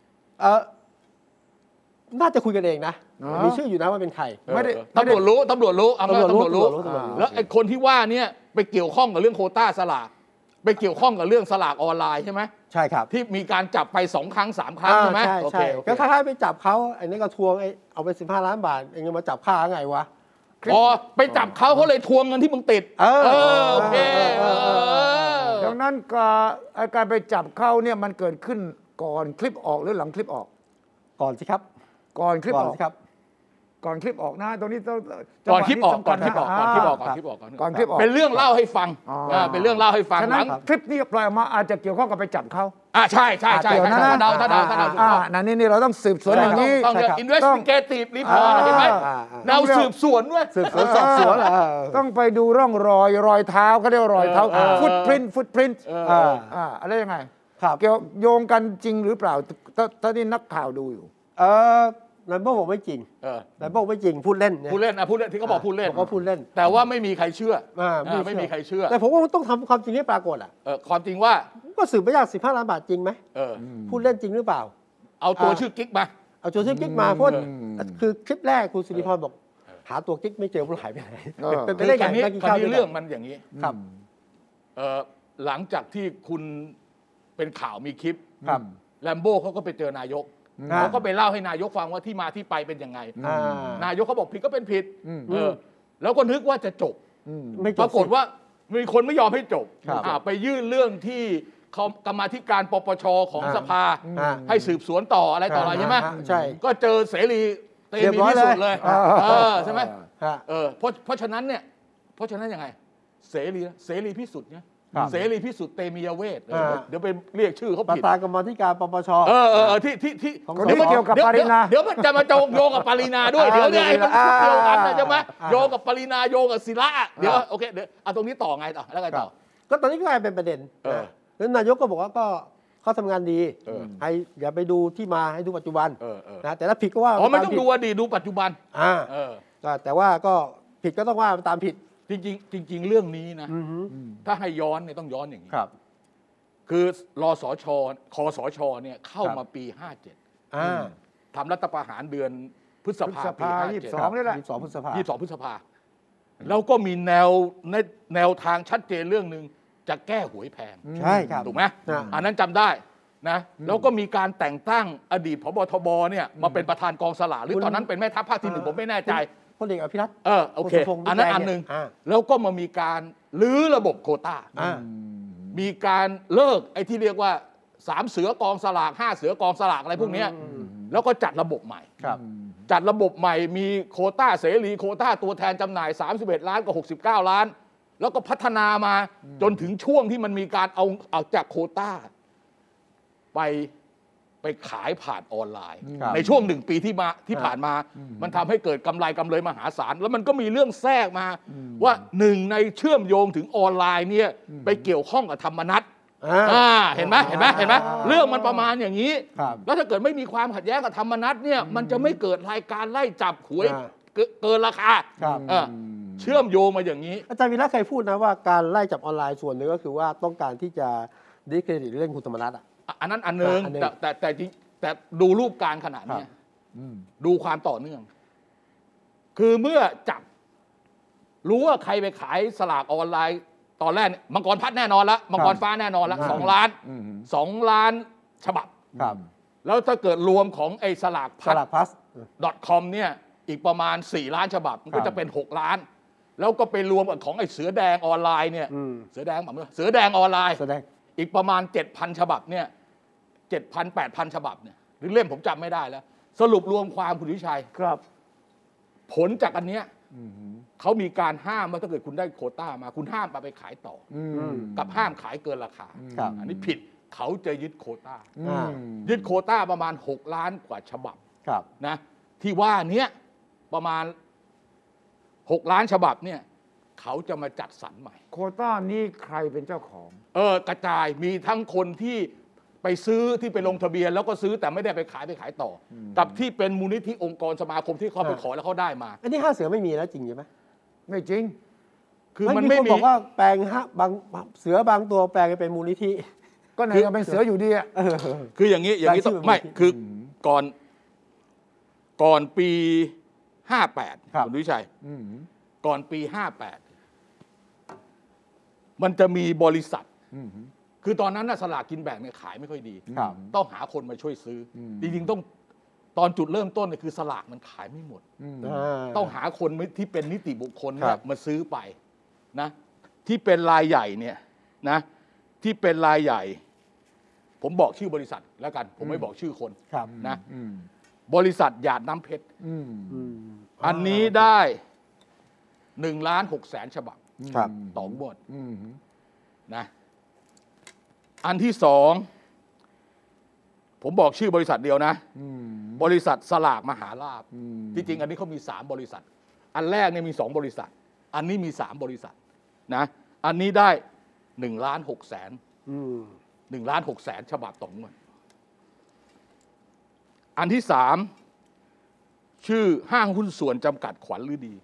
น่าจะคุยกันเองนะมีชื่ออยู่นะว่าเป็นใครไม่ได้ตำรวจรู้ตำรวจรู้ตำรวจรู้แล้วไอ้คนที่ว่าเนี่ยไปเกี่ยวข้องกับเรื่องโควต้าสลากไปเกี่ยวข้องกับเรื่องสลากออนไลน์ใช่ไหมใช่ครับที่มีการจับไปสองครั้งสามครั้งใช่ไหมใช่ก็คล้ายๆไปจับเขาไอ้นี่ก็ทวงไอ้เอาไปสิบห้าล้านบาทเองจะมาจับค่าไงวะอ๋อไปจับเขาเขาเลยทวงเงินที่มึงติดเออโอเคดังนั้นการไปจับเขาเนี่ยมันเกิดขึ้นก่อนคลิปออกหรือหลังคลิปออกก่อนสิครับก่อนคลิปออกครับก่อนคลิปออกนะตรงนี้ต้องก่อนคลิปออกก่อนคลิปออกก่อนคลิปออกก่อนคลิปออกก่อนคลิปออกเป็นเรื่องเล่าให้ฟังเป็นเรื่องเล่าให้ฟังฉะนั้นคลิปนี้ปล่อยออกมาอาจจะเกี่ยวข้องกับไปจับเขาอ่าใช่ใช่ใช่ถ้าเดาถ้าเดาถ้าเดาอ่านั่นนี่เราต้องสืบสวนอย่างนี้ต้อง investigative report เห็นไหมเราสืบสวนด้วยสืบสวนสอบสวนต้องไปดูร่องรอยรอยเท้าเขาเรียกรอยเท้าฟุตพริ้นฟุตพริ้นอ่าอะไรยังไงเกี่ยวโยงกันจริงหรือเปล่าถ้าที่นักข่าวดูอยู่เออนายโบ้บอกไม่จริงเออนายโบ้ไม่จริงพูดเล่นพูดเล่นอ่ะพูดเล่นที่เขาบอกพูดเล่นบอกว่าพูดเล่นแต่ว่าไม่มีใครเชื่อไม่มีใครเชื่อแต่ผมว่ามันต้องทำความจริงให้ปรากฏอ่ะเออความจริงว่าก็สืบไปยากสิบห้าล้านบาทจริงไหมเออพูดเล่นจริงหรือเปล่าเอาตัวชื่อกิ๊กมาเอาตัวชื่อกิ๊กมาเพราะคือคลิปแรกคุณสิริพรบอกหาตัวกิ๊กไม่เจอมันหายไปไหนเป็นไปได้ไงคราวนี้เรื่องมันอย่างนี้ครับเออหลังจากที่คุณเป็นข่าวมีคลิปครับแลมโบ้เขาก็ไปเจอนายกเขาก็ไปเล่าให้นายกฟังว่าที่มาที่ไปเป็นยังไงนายกเขาบอกผิดก็เป็นผิดเออแล้วก็นึกว่าจะจบปรากฏว่ามีคนไม่ยอมให้จบไปยื่นเรื่องที่กรรมาธิการปปชของสภาให้สืบสวนต่ออะไรต่ออะไรใช่ไหมใช่ก็เจอเสรีเตมีพิสุทธิ์เลยใช่ไหมเออเพราะเพราะฉะนั้นเนี่ยเพราะฉะนั้นยังไงเสรีเสรีพิสุทธิ์เนี่ยเสรีพิสุทธิ์เตมียเวทเดี๋ยวไปเรียกชื่อเขาผิดประธานกรรมาธิการปปชเออเออที่ที่ที่เดี๋ยวเกี่ยวกับปรินาเดี๋ยวมันจะมาโยงกับปรินาด้วยเดี๋ยวเนี่ยไอ้มันเกี่ยวกันใช่ไหมโยงกับปรินาโยงกับศิระเดี๋ยวโอเคเดี๋ยวเอาตรงนี้ต่อไงต่อแล้วไงต่อก็ตอนนี้ก็กลายเป็นประเด็นแล้วนายกก็บอกว่าก็เขาทำงานดีให้อย่าไปดูที่มาให้ดูปัจจุบันนะแต่ถ้าผิดก็ว่าอ๋อไม่ต้องดูอดีตดูปัจจุบันอ่าแต่ว่าก็ผิดก็ต้องว่าตามผิดจริงๆจริงๆเรื่องนี้นะถ้าให้ย้อนเนี่ยต้องย้อนอย่างนี้ครับคือรสชคสชเนี่ยเข้ามาปีห้าเจ็ดทำรัฐประหารเดือนพฤษภาปีห้าเจ็ดยี่สิบสองนี่แหละยี่สิบสองพฤษภายี่สิบสองพฤษภาแล้วก็มีแนวแนวทางชัดเจนเรื่องนึงจะแก้หวยแพงใช่ครับถูกไหมอันนั้นจำได้นะแล้วก็มีการแต่งตั้งอดีตผบทบเนี่ยมาเป็นประธานกองสลากหรือตอนนั้นเป็นแม่ทัพภาคที่หนึ่งผมไม่แน่ใจพลเอกอภิรัตน์เออโอเคอันนั้นอันหนึ่งแล้วก็มามีการรื้อระบบโควต้ามีการเลิกไอ้ที่เรียกว่าสามเสือกองสลากห้าเสือกองสลากอะไรพวกนี้แล้วก็จัดระบบใหม่จัดระบบใหม่มีโควต้าเสรีโควต้าตัวแทนจำหน่ายสามสิบเอ็ดล้านกับหกสิบเก้าล้านแล้วก็พัฒนามาจนถึงช่วงที่มันมีการเอาเอาจากโควต้าไปไปขายผ่านออนไลน์ในช่วงหนึ่งปีที่มาที่ผ่านมามันทำให้เกิดกำไรกำไรมหาศาลแล้วมันก็มีเรื่องแทรกมาว่าหนึ่งในเชื่อมโยงถึงออนไลน์เนี่ยไปเกี่ยวข้องกับธรรมนัสอ่าเห็นไหมเห็นไหมเห็นไหมเรื่องมันประมาณอย่างนี้แล้วถ้าเกิดไม่มีความขัดแย้งกับธรรมนัสเนี่ยมันจะไม่เกิดรายการไล่จับหวยเกินราคาเชื่อมโยงมาอย่างนี้อาจารย์วีระเคยพูดนะว่าการไล่จับออนไลน์ส่วนหนึ่งก็คือว่าต้องการที่จะดิสเครดิตเรื่องคุณธรรมนัสอ่ะอันนั้นอันนึงแต่แต่แต่จริงแต่ดูรูปการขนาดนี้ดูความต่อเนื่องคือเมื่อจับรู้ว่าใครไปขายสลากออนไลน์ตอนแรกมังกรพัดแน่นอนละมังกรฟ้าแน่นอนละสองล้านสองล้านฉบับแล้วถ้าเกิดรวมของไอ้สลากพัด .com เนี่ยอีกประมาณสี่ล้านฉบับมันก็จะเป็นหกล้านแล้วก็ไปรวมกับของไอ้เสือแดงออนไลน์เนี่ยเสือแดงแบบเสือแดงออนไลน์อีกประมาณ เจ็ดพัน ฉบับเนี่ย เจ็ดพัน แปดพัน ฉบับเนี่ยหรือเล่มผมจำไม่ได้แล้วสรุปรวมความคุณวิชัยครับผลจากอันเนี้ยเขามีการห้ามว่าถ้าเกิดคุณได้โควต้ามาคุณห้ามไปขายต่อกับห้ามขายเกินราคาอันนี้ผิดเขาจะยึดโควต้ายึดโควต้าประมาณหกล้านกว่าฉบับนะที่ว่านี้ประมาณหกล้านฉบับเนี่ยเขาจะมาจัดสรรใหม่โควต้านี้ใครเป็นเจ้าของเออกระจายมีทั้งคนที่ไปซื้อที่ไปลงทะเบียนแล้วก็ซื้อแต่ไม่ได้ไปขายไปขายต่อกับที่เป็นมูลนิธิองค์กรสมาคมที่เขาไปขอแล้วเขาได้มาอันนี้ห้าเสือไม่มีแล้วจริงใช่ไหมไม่จริงคือมันไม่มีบอกว่าแปลงฮะบางเสือบางตัวแปลงไปเป็นมูลนิธิก็ไหนก็เป็นเสืออยู่ดีอ่ะคืออย่างนี้อย่างนี้ต้องไม่คือก่อนก่อนปีห้าแปดคุณวิชัยก่อนปีห้าแปดมันจะมีบริษัทคือตอนนั้นน่ะสลากกินแบ่งเนี่ยขายไม่ค่อยดีต้องหาคนมาช่วยซื้อจริงๆต้องตอนจุดเริ่มต้นเนี่ยคือสลากมันขายไม่หมดต้องหาคนที่เป็นนิติบุคคลมาซื้อไปนะที่เป็นรายใหญ่เนี่ยนะที่เป็นรายใหญ่ ผมบอกชื่อบริษัทแล้วกันผมไม่บอกชื่อคนนะบริษัทหยาดน้ำเพชรอันนี้ได้หนึ่งล้านหกแสนฉบับต่องวดนะอันที่สองผมบอกชื่อบริษัทเดียวนะบริษัทสลากมหาลาภที่จริงอันนี้เขามีสามบริษัทอันแรกเนี่ยมีสองบริษัทอันนี้มีสามบริษัทนะอันนี้ได้หนึ่งล้านหกแสนหนึ่งล้านหกแสนฉบับต่องวดอันที่สามชื่อห้างหุ้นส่วนจำกัดขวัญฤดี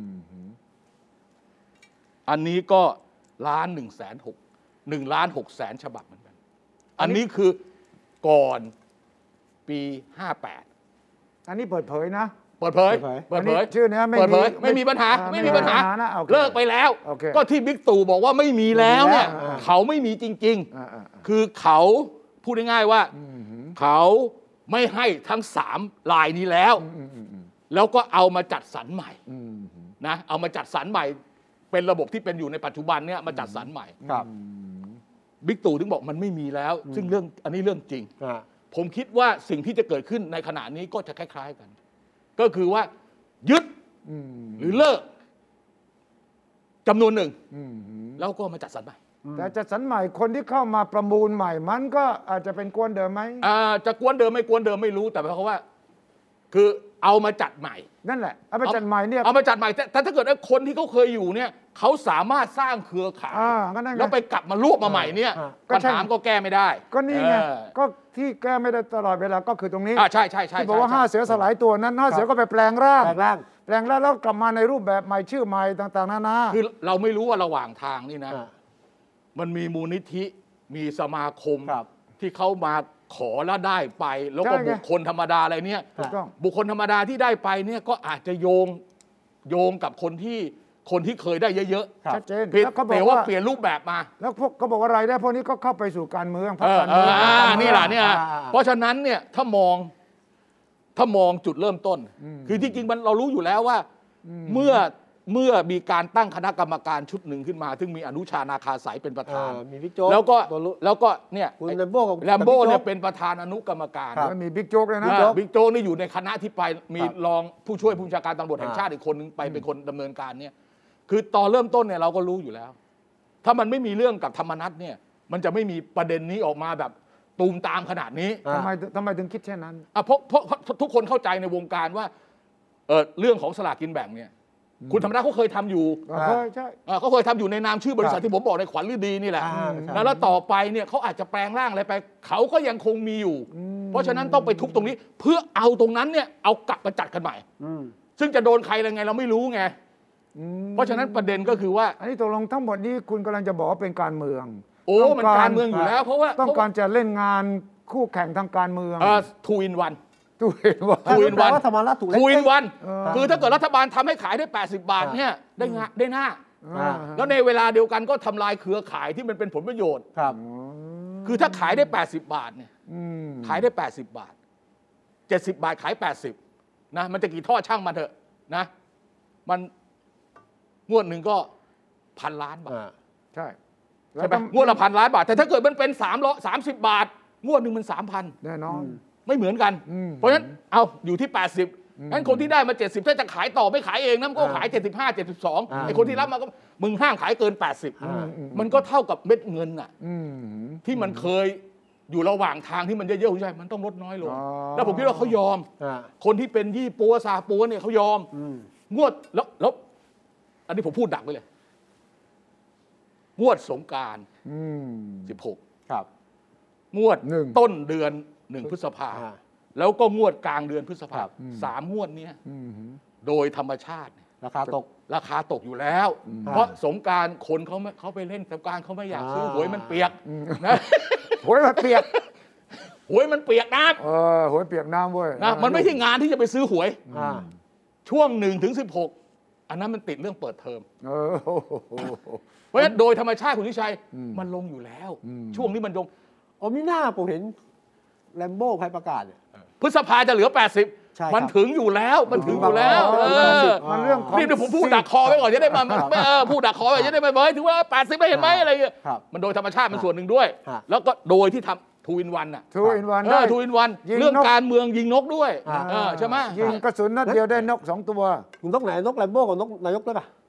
อันนี้ก็ล้านหนึ่งแสนหกหนึ่งล้านหกแสนฉบับเหมือนกันอันนี้คือก่อนปีห้าแปดอันนี้เปิดเผยนะเปิดเผยเปิดเผยชื่อเนี้ยไม่มีไม่มีปัญหาไม่มีปัญหาเลิกไปแล้วก็ที่บิ๊กตู่บอกว่าไม่มีแล้วเนี่ยเขาไม่มีจริงๆคือเขาพูดง่ายๆว่าเขาไม่ให้ทั้งสามลายนี้แล้วแล้วก็เอามาจัดสรรใหม่นะเอามาจัดสรรใหม่เป็นระบบที่เป็นอยู่ในปัจจุบันเนี่ยมาจัดสรรใหม่บิ๊กตู่ถึงบอกมันไม่มีแล้วซึ่งเรื่องอันนี้เรื่องจริงผมคิดว่าสิ่งที่จะเกิดขึ้นในขณะนี้ก็จะคล้ายๆกันก็คือว่ายึดหรือเลิกจำนวนหนึ่งแล้วก็มาจัดสรรใหม่แต่จัดสรรใหม่คนที่เข้ามาประมูลใหม่มันก็อาจจะเป็นกวนเดิมไหมจะกวนเดิมไม่กวนเดิมไม่รู้แต่เพราะว่าคือเอามาจัดใหม่นั่นแหละเอามาจัดใหม่เนี่ยเอามาจัดใหม่แต่ถ้าเกิดว่าคนที่เขาเคยอยู่เนี่ยเขาสามารถสร้างเครือข่ายแล้วไปกลับมารวบมาใหม่เนี่ยปัญหาก็แก้ไม่ได้ก็นี่ไงก็ที่แก้ไม่ได้ตลอดเวลาก็คือตรงนี้อ่าใช่ใช่ใช่ที่บอกว่าห้าเสือสลายตัวนั้นห้าเสือก็ไปแปลงร่างแปลงร่างแปลงร่างแล้วกลับมาในรูปแบบใหม่ชื่อใหม่ต่างๆนานาคือเราไม่รู้ว่าระหว่างทางนี่นะมันมีมูลนิธิมีสมาคมที่เขามาขอแล้วได้ไปแล้วก็บุคคลธรรมดาอะไรเนี่ยบุคคลธรรมดาที่ได้ไปเนี่ยก็อาจจะโยงโยงกับคนที่คนที่เคยได้เยอะๆชัดเจนแต่ว่าเปลี่ยนรูปแบบมาแล้วพวกเขาบอกว่าอะไรได้พวกนี้ก็เข้าไปสู่การเมืองพรรคการเมืองนี่แหละเนี่ยเพราะฉะนั้นเนี่ยถ้ามองถ้ามองจุดเริ่มต้นคือที่จริงมันเรารู้อยู่แล้วว่าเมื่อเมื่อมีการตั้งคณะกรรมการชุดหนึ่งขึ้นมาซึ่งมีอนุชานาคาสายเป็นประธานแล้วก็แล้วก็เนี่ยแลมโบ้แลมโบ้เนี่ยเป็นประธานอนุกรรมการแล้วมีบิ๊กโจ๊กเลยนะบิ๊กโจ๊กนี่อยู่ในคณะที่ไปมีรองผู้ช่วยผู้บัญชาการตำรวจแห่งชาติอีกคนนึงไปเป็นคนดำเนินการเนี่ยคือตอนเริ่มต้นเนี่ยเราก็รู้อยู่แล้วถ้ามันไม่มีเรื่องกับธรรมนัสเนี่ยมันจะไม่มีประเด็นนี้ออกมาแบบตูมตามขนาดนี้ทำไมทำไมถึงคิดเช่นนั้นอ่ะเพราะเพราะทุกคนเข้าใจในวงการว่าเออเรื่องของสลากกินแบ่งเนี่ยคุณธรรมนัสเขาเคยทำอยู่ใช่เขาเคยทำอยู่ในนามชื่อบริษัทที่ผมบอกในขวัญฤดีนี่แหละแล้วต่อไปเนี่ยเขาอาจจะแปลงร่างอะไรไปเขาก็ยังคงมีอยู่เพราะฉะนั้นต้องไปทุบตรงนี้เพื่อเอาตรงนั้นเนี่ยเอากลับมาจัดกันใหม่ซึ่งจะโดนใครอะไรไงเราไม่รู้ไงเพราะฉะนั้นประเด็นก็คือว่าอันนี้ตกลงทั้งหมดนี้คุณกำลังจะบอกว่าเป็นการเมืองโอ้มันการเมืองอยู่แล้วเพราะว่าต้องการจะเล่นงานคู่แข่งทางการเมืองทูอินวันทูอินวันทูอินวันทูอินวันคือถ้าเกิดรัฐบาลทำให้ขายได้แปดสิบบาทเนี่ยได้งาได้หน้าแล้วในเวลาเดียวกันก็ทำลายเครือข่ายที่มันเป็นผลประโยชน์ครับคือถ้าขายได้แปดสิบบาทเนี่ยขายได้แปดสิบบาทเจ็ดสิบบาทขายแปดสิบนะมันจะกี่ทอดช่างมันเถอะนะมันงวดหนึ่งก็พันล้านบาทใช่ใช่ไหมงวดละพันล้านบาทแต่ถ้าเกิดมันเป็นสามร้อยสามสิบบาทงวดหนึ่งมันสามพันแน่นอนไม่เหมือนกันเพราะฉะนั้นเอาอยู่ที่แปดสิบงั้นคนที่ได้มาเจ็ดสิบถ้าจะขายต่อไม่ขายเองนะมันก็ขายเจ็ดสิบห้า เจ็ดสิบสองไอ้คนที่รับมาก็มึงห้ามขายเกินแปดสิบมันก็เท่ากับเม็ดเงินอ่ะที่มันเคยอยู่ระหว่างทางที่มันเยอะๆคุณชายมันต้องลดน้อยลงแล้วผมคิดว่าเขายอมคนที่เป็นยี่ปัวซาปัวเนี่ยเขายอมงวดแล้วแล้วอันนี้ผมพูดดักไปเลยงวดสงกรานต์สิบหกครับงวดต้นเดือนหนึ่งพฤษภาแล้วก็งวดกลางเดือนพฤษภาสามงวดนี้โดยธรรมชาติราคาตกราคาตกอยู่แล้วเพราะสงกรานต์คนเขาเขาไปเล่นสงกรานต์เขาไม่อยากซื้อหวยมันเปียกนะหวยมันเปียกหวยมันเปียกน้ำเออหวยเปียกน้ำเว้ยนะมันไม่ใช่งานที่จะไปซื้อหวยช่วงหนึ่งถึงสิบหกอันนั้นมันติดเรื่องเปิดเทอมเพราะฉะนั้นโดยธรรมชาติคุณทิชัยมันลงอยู่แล้วช่วงนี้มันลงอ๋อมีหน้าผมเห็นแลมโบ้ใครประกาศเนี่ยพฤษภาจะเหลือแปดสิบมันถึงอยู่แล้วมันถึงอยู่แล้วมันเรื่องของนี่เดี๋ยวผมพูดดักคอไว้ก่อนจะได้มาพูดดักคอไว้จะได้มาเบ้ยถือว่าแปดสิบได้เห็นไหมอะไรเงี้ยมันโดยธรรมชาติมันส่วนหนึ่งด้วยแล้วก็โดยที่ทำทูอินวันอ่ะทูอินวันได้ทูอินวันเรื่องการเมืองยิงนกด้วยใช่ไหมยิงกระสุนนัดเดียวได้นกสองตัวนกไหนนกแลมโบ้กับนกนายกได้ป่ะ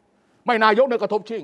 ไม่นายกเนี่ยกระทบชิ่ง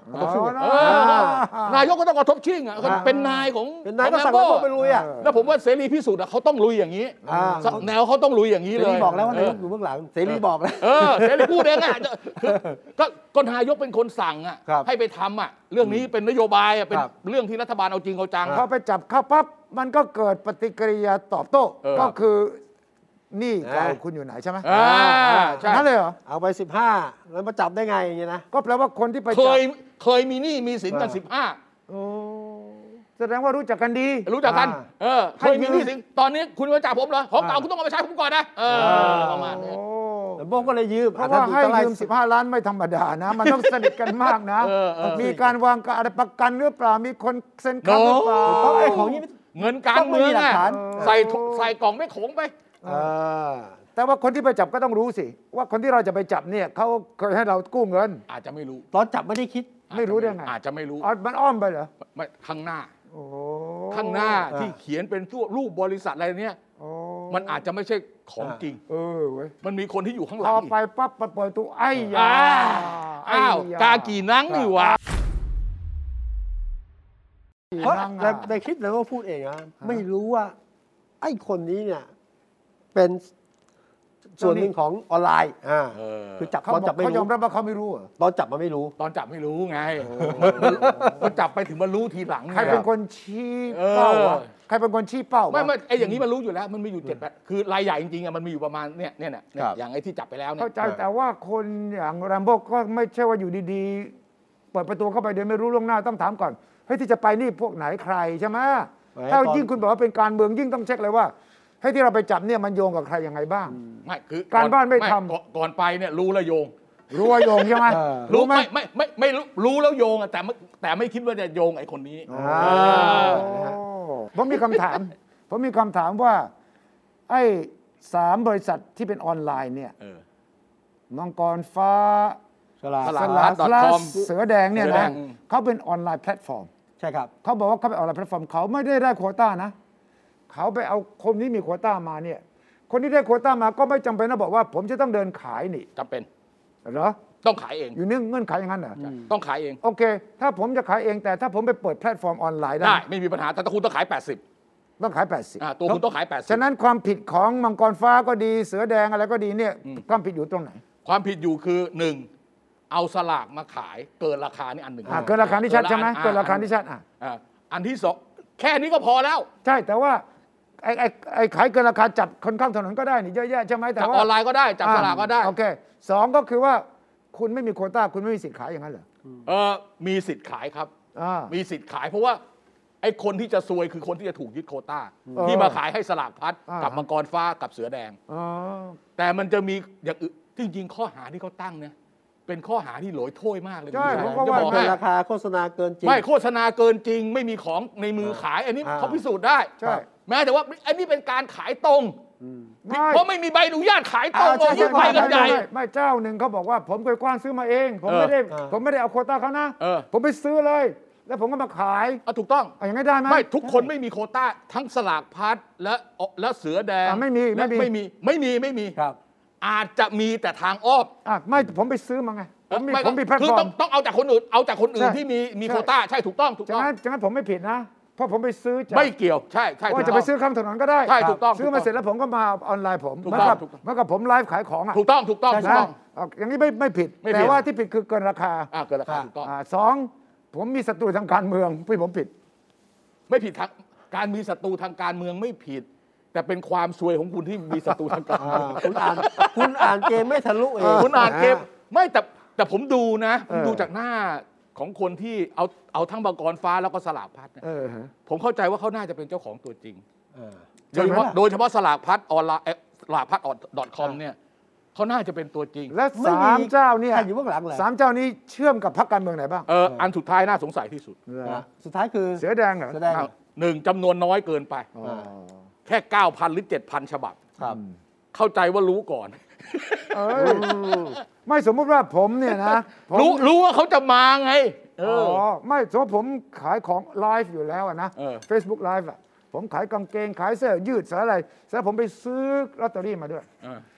นายกก็ต้องกระทบชิ่งอ่ะเป็นนายของเป็นนายก็สั่งให้พวกไปลุยอ่ะแล้วผมว่าเสรีพิสุทธิ์เขาต้องลุยอย่างนี้แนวเขาต้องลุยอย่างนี้เลยเสรีบอกแล้วว่านายกอยู่เบื้องหลังเสรีบอกแล้วเออเสรีพูดเองอ่ะก็ก็นายกเป็นคนสั่งอ่ะให้ไปทำอ่ะเรื่องนี้เป็นนโยบายอ่ะเป็นเรื่องที่รัฐบาลเอาจริงเอาจังพอไปจับเข้าปั๊บมันก็เกิดปฏิกิริยาตอบโต้ก็คือนี่เก่าคุณอยู่ไหนใช่ไหมอ่าใช่นั่นเลยเหรอเอาไปสิบห้าแล้วมาจับได้ไงอย่างเงี้ยนะก็แปลว่าคนที่ไปเคยเคยมีหนี้มีสินกันสิบห้าโอ้แสดงว่ารู้จักกันดีรู้จักกันเออเคยมีหนี้สินตอนนี้คุณมาจับผมเหรอของเก่าคุณต้องเอาไปใช้ผมก่อนนะเออประมาณนี้โบก็เลยยืมเพราะว่าให้ยืมสิบห้าล้านไม่ธรรมดานะมันต้องสนิทกันมากนะมีการวางการอะไรประกันหรือเปล่ามีคนเซ็นค้ำหรือเปล่าต้องไอ้ของนี้เงินการเมืองอ่ะใส่ใส่กล่องไม่ขงไปแต่ว่าคนที่ไปจับก็ต้องรู้สิว่าคนที่เราจะไปจับเนี่ยเขาเคยให้เรากู้เงินอาจจะไม่รู้ตอนจับไม่ได้คิดไม่รู้ได้ไงอาจจะไม่รู้มันอ้อมไปเหรอไม่ข้างหน้าข้างหน้าที่เขียนเป็นตัวรูปบริษัทอะไรเนี่ยมันอาจจะไม่ใช่ของจริงเออเว้ยมันมีคนที่อยู่ข้างหลังพอไปปั๊บปล่อยตัวไอ้ยาอ้าวกากี่นังนี่วะเพราะในคลิปเลยว่าพูดเองนะไม่รู้ว่าไอ้คนนี้เนี่ยเป็นส่วนหนึ่งของออนไลน์อ่าคือจับตอนจับไม่รู้เขายอมรับว่าเขาไม่รู้ตอนจับมันไม่รู้ตอนจับไม่รู้ไงมันจับไปถึงมารู้ทีหลังใครเป็นคนชี้เป้าใครเป็นคนชี้เป้าไม่ไม่ไอ้อย่างนี้มันรู้อยู่แล้วมันมีอยู่เจ็ดแปดคือรายใหญ่จริงๆอ่ะมันมีอยู่ประมาณเนี่ยเนี่ยเนี่ยอย่างไอ้ที่จับไปแล้วเนี่ยเข้าใจแต่ว่าคนอย่างแรมโบ้ก็ไม่ใช่ว่าอยู่ดีๆเปิดประตูเข้าไปโดยไม่รู้ล่วงหน้าต้องถามก่อนเฮ้ยที่จะไปนี่พวกไหนใครใช่ไหมถ้ายิ่งคุณบอกว่าเป็นการเมืองยิ่งต้องเช็คเลยว่าให้ที่เราไปจับเนี่ยมันโยงกับใครยังไงบ้างไม่คือการบ้านไม่ทำก่อนไปเนี่ยรู้แล้วโยงรู้ว่าโยงใช่ไหมรู้ไหมไม่ไม่ไม่รู้รู้แล้วโยงแต่แต่ไม่คิดว่าจะโยงไอ้คนนี้ผมมีคำถามผมมีคำถามว่าไอ้สามบริษัทที่เป็นออนไลน์เนี่ยมังกรฟ้าสลาดพลัสเสือแดงเนี่ยนะเขาเป็นออนไลน์แพลตฟอร์มใช่ครับเขาบอกว่าเขาเป็นออนไลน์แพลตฟอร์มเขาไม่ได้ได้โควต้านะเขาไปเอาคนที่มีโควต้ามาเนี่ยคนที่ได้โควต้ามาก็ไม่จำเป็นนะบอกว่าผมจะต้องเดินขายนี่จำเป็นเหรอต้องขายเองอยู่เนื่องเงื่อนไขอย่างนั้นเหรอต้องขายเองโอเคถ้าผมจะขายเองแต่ถ้าผมไปเปิดแพลตฟอร์มออนไลน์ได้ไม่มีปัญหาแต่คุณต้องขายแปดสิบต้องขายแปดสิบตัวคุณต้องขายแปดสิบฉะนั้นความผิดของมังกรฟ้าก็ดีเสือแดงอะไรก็ดีเนี่ยความผิดอยู่ตรงไหนความผิดอยู่คือหนึ่งเอาสลากมาขายเกินราคานี่อันหนึ่งเกินราคาที่ชัดใช่ไหมเกินราคาที่ชัดอ่ะอันที่สองแค่นี้ก็พอแล้วใช่แต่ว่าไอ้ไอ้ไอ้ขายเกินราคาจับคนข้างถนนก็ได้นี่เยอะแยะใช่ไหมแต่ว่าออนไลน์ก็ได้จับสลากก็ได้โอเคสองก็คือว่าคุณไม่มีโควต้าคุณไม่มีสิทธิ์ขายอย่างนั้นเหรอเออมีสิทธิ์ขายครับมีสิทธิ์ขายเพราะว่าไอ้คนที่จะซวยคือคนที่จะถูกยึดโควต้าที่มาขายให้สลากพัดกับมังกรฟ้ากับเสือแดงแต่มันจะมีอย่างอื่นจริงๆข้อหาที่เขาตั้งเนี่ยเป็นข้อหาที่โหลอยโถ้วยมากเลยใช่ผมก็ว่าเกินราคาโฆษณาเกินจริงไม่โฆษณาเกินจริงไม่มีของในมือขายอันนี้เขาพิสูจน์ได้ใช่แม้แต่ว่าอันนี้เป็นการขายตรงเพราะไม่มีใบอนุญาตขายตรงเลยยิ่งไปกันใหญ่ไม่เจ้าหนึ่งเขาบอกว่าผมเคยกว้านซื้อมาเองผมไม่ได้ผมไม่ได้เอาโควต้าเขานะผมไปซื้อเลยแล้วผมก็มาขายถูกต้องอย่างนี้ได้ไหมไม่ทุกคนไม่มีโควต้าทั้งสลากพัดและและเสือแดงไม่มีไม่มีไม่มีไม่มีไม่มีอาจจะมีแต่ทางอ้อมไม่ผมไปซื้อมาไงผมมีผมมีแพลตฟอร์มคือต้องต้องเอาจากคนอื่นเอาจากคนอื่นที่มีมีโควต้าใช่ถูกต้องถูกต้องฉะนั้นผมไม่ผิดนะเพราะผมไปซื้อจากไม่เกี่ยวใช่ใช่ว่าจะไปซื้อข้ามถนนก็ได้ใช่ถูกต้องซื้อมาเสร็จแล้วผมก็มาออนไลน์ผมเมื่อกับเมื่อกับผมไลฟ์ขายของอ่ะถูกต้องถูกต้องถูกต้องอย่างนี้ไม่ไม่ผิดแต่ว่าที่ผิดคือเกินราคาเกินราคาถูกต้องสองผมมีศัตรูทางการเมืองพี่ผมผิดไม่ผิดทักการมีศัตรูทางการเมืองไม่ผิดแต่เป็นความซวยของคุณที่มีศัตรูทางการเมืองคุณอ่านคุณอ่านเกมไม่ทะลุเองคุณอ่านเกมไม่แต่แต่ผมดูนะผมดูจากหน้าของคนที่เอาเอาทั้งมังกรฟ้าแล้วก็สลากพัดเนี่ยผมเข้าใจว่าเขาน่าจะเป็นเจ้าของตัวจริงโดยเฉพาะโดยเฉพาะสลากพัดออนไลน์สลากพัด .com เนี่ยเขาน่าจะเป็นตัวจริงและสามเจ้าเนี่ยอยู่เบื้องหลังเลยสามเจ้านี้เชื่อมกับพรรคการเมืองไหนบ้างเอออันสุดท้ายน่าสงสัยที่สุดสุดท้ายคือเสือแดงเหรอเสือแดงหนึ่งจำนวนน้อยเกินไปแค่เก้าพันหรือเจ็ดพันฉบับเข้าใจว่ารู้ก่อนไม่สมมติว่าผมเนี่ยนะรู้รู้ว่าเขาจะมาไงอ๋อไม่สมมติผมขายของไลฟ์อยู่แล้วนะ Facebook Live อ่ะผมขายกางเกงขายเสื้อยืดสารอะไรแล้วผมไปซื้อลอตเตอรี่มาด้วย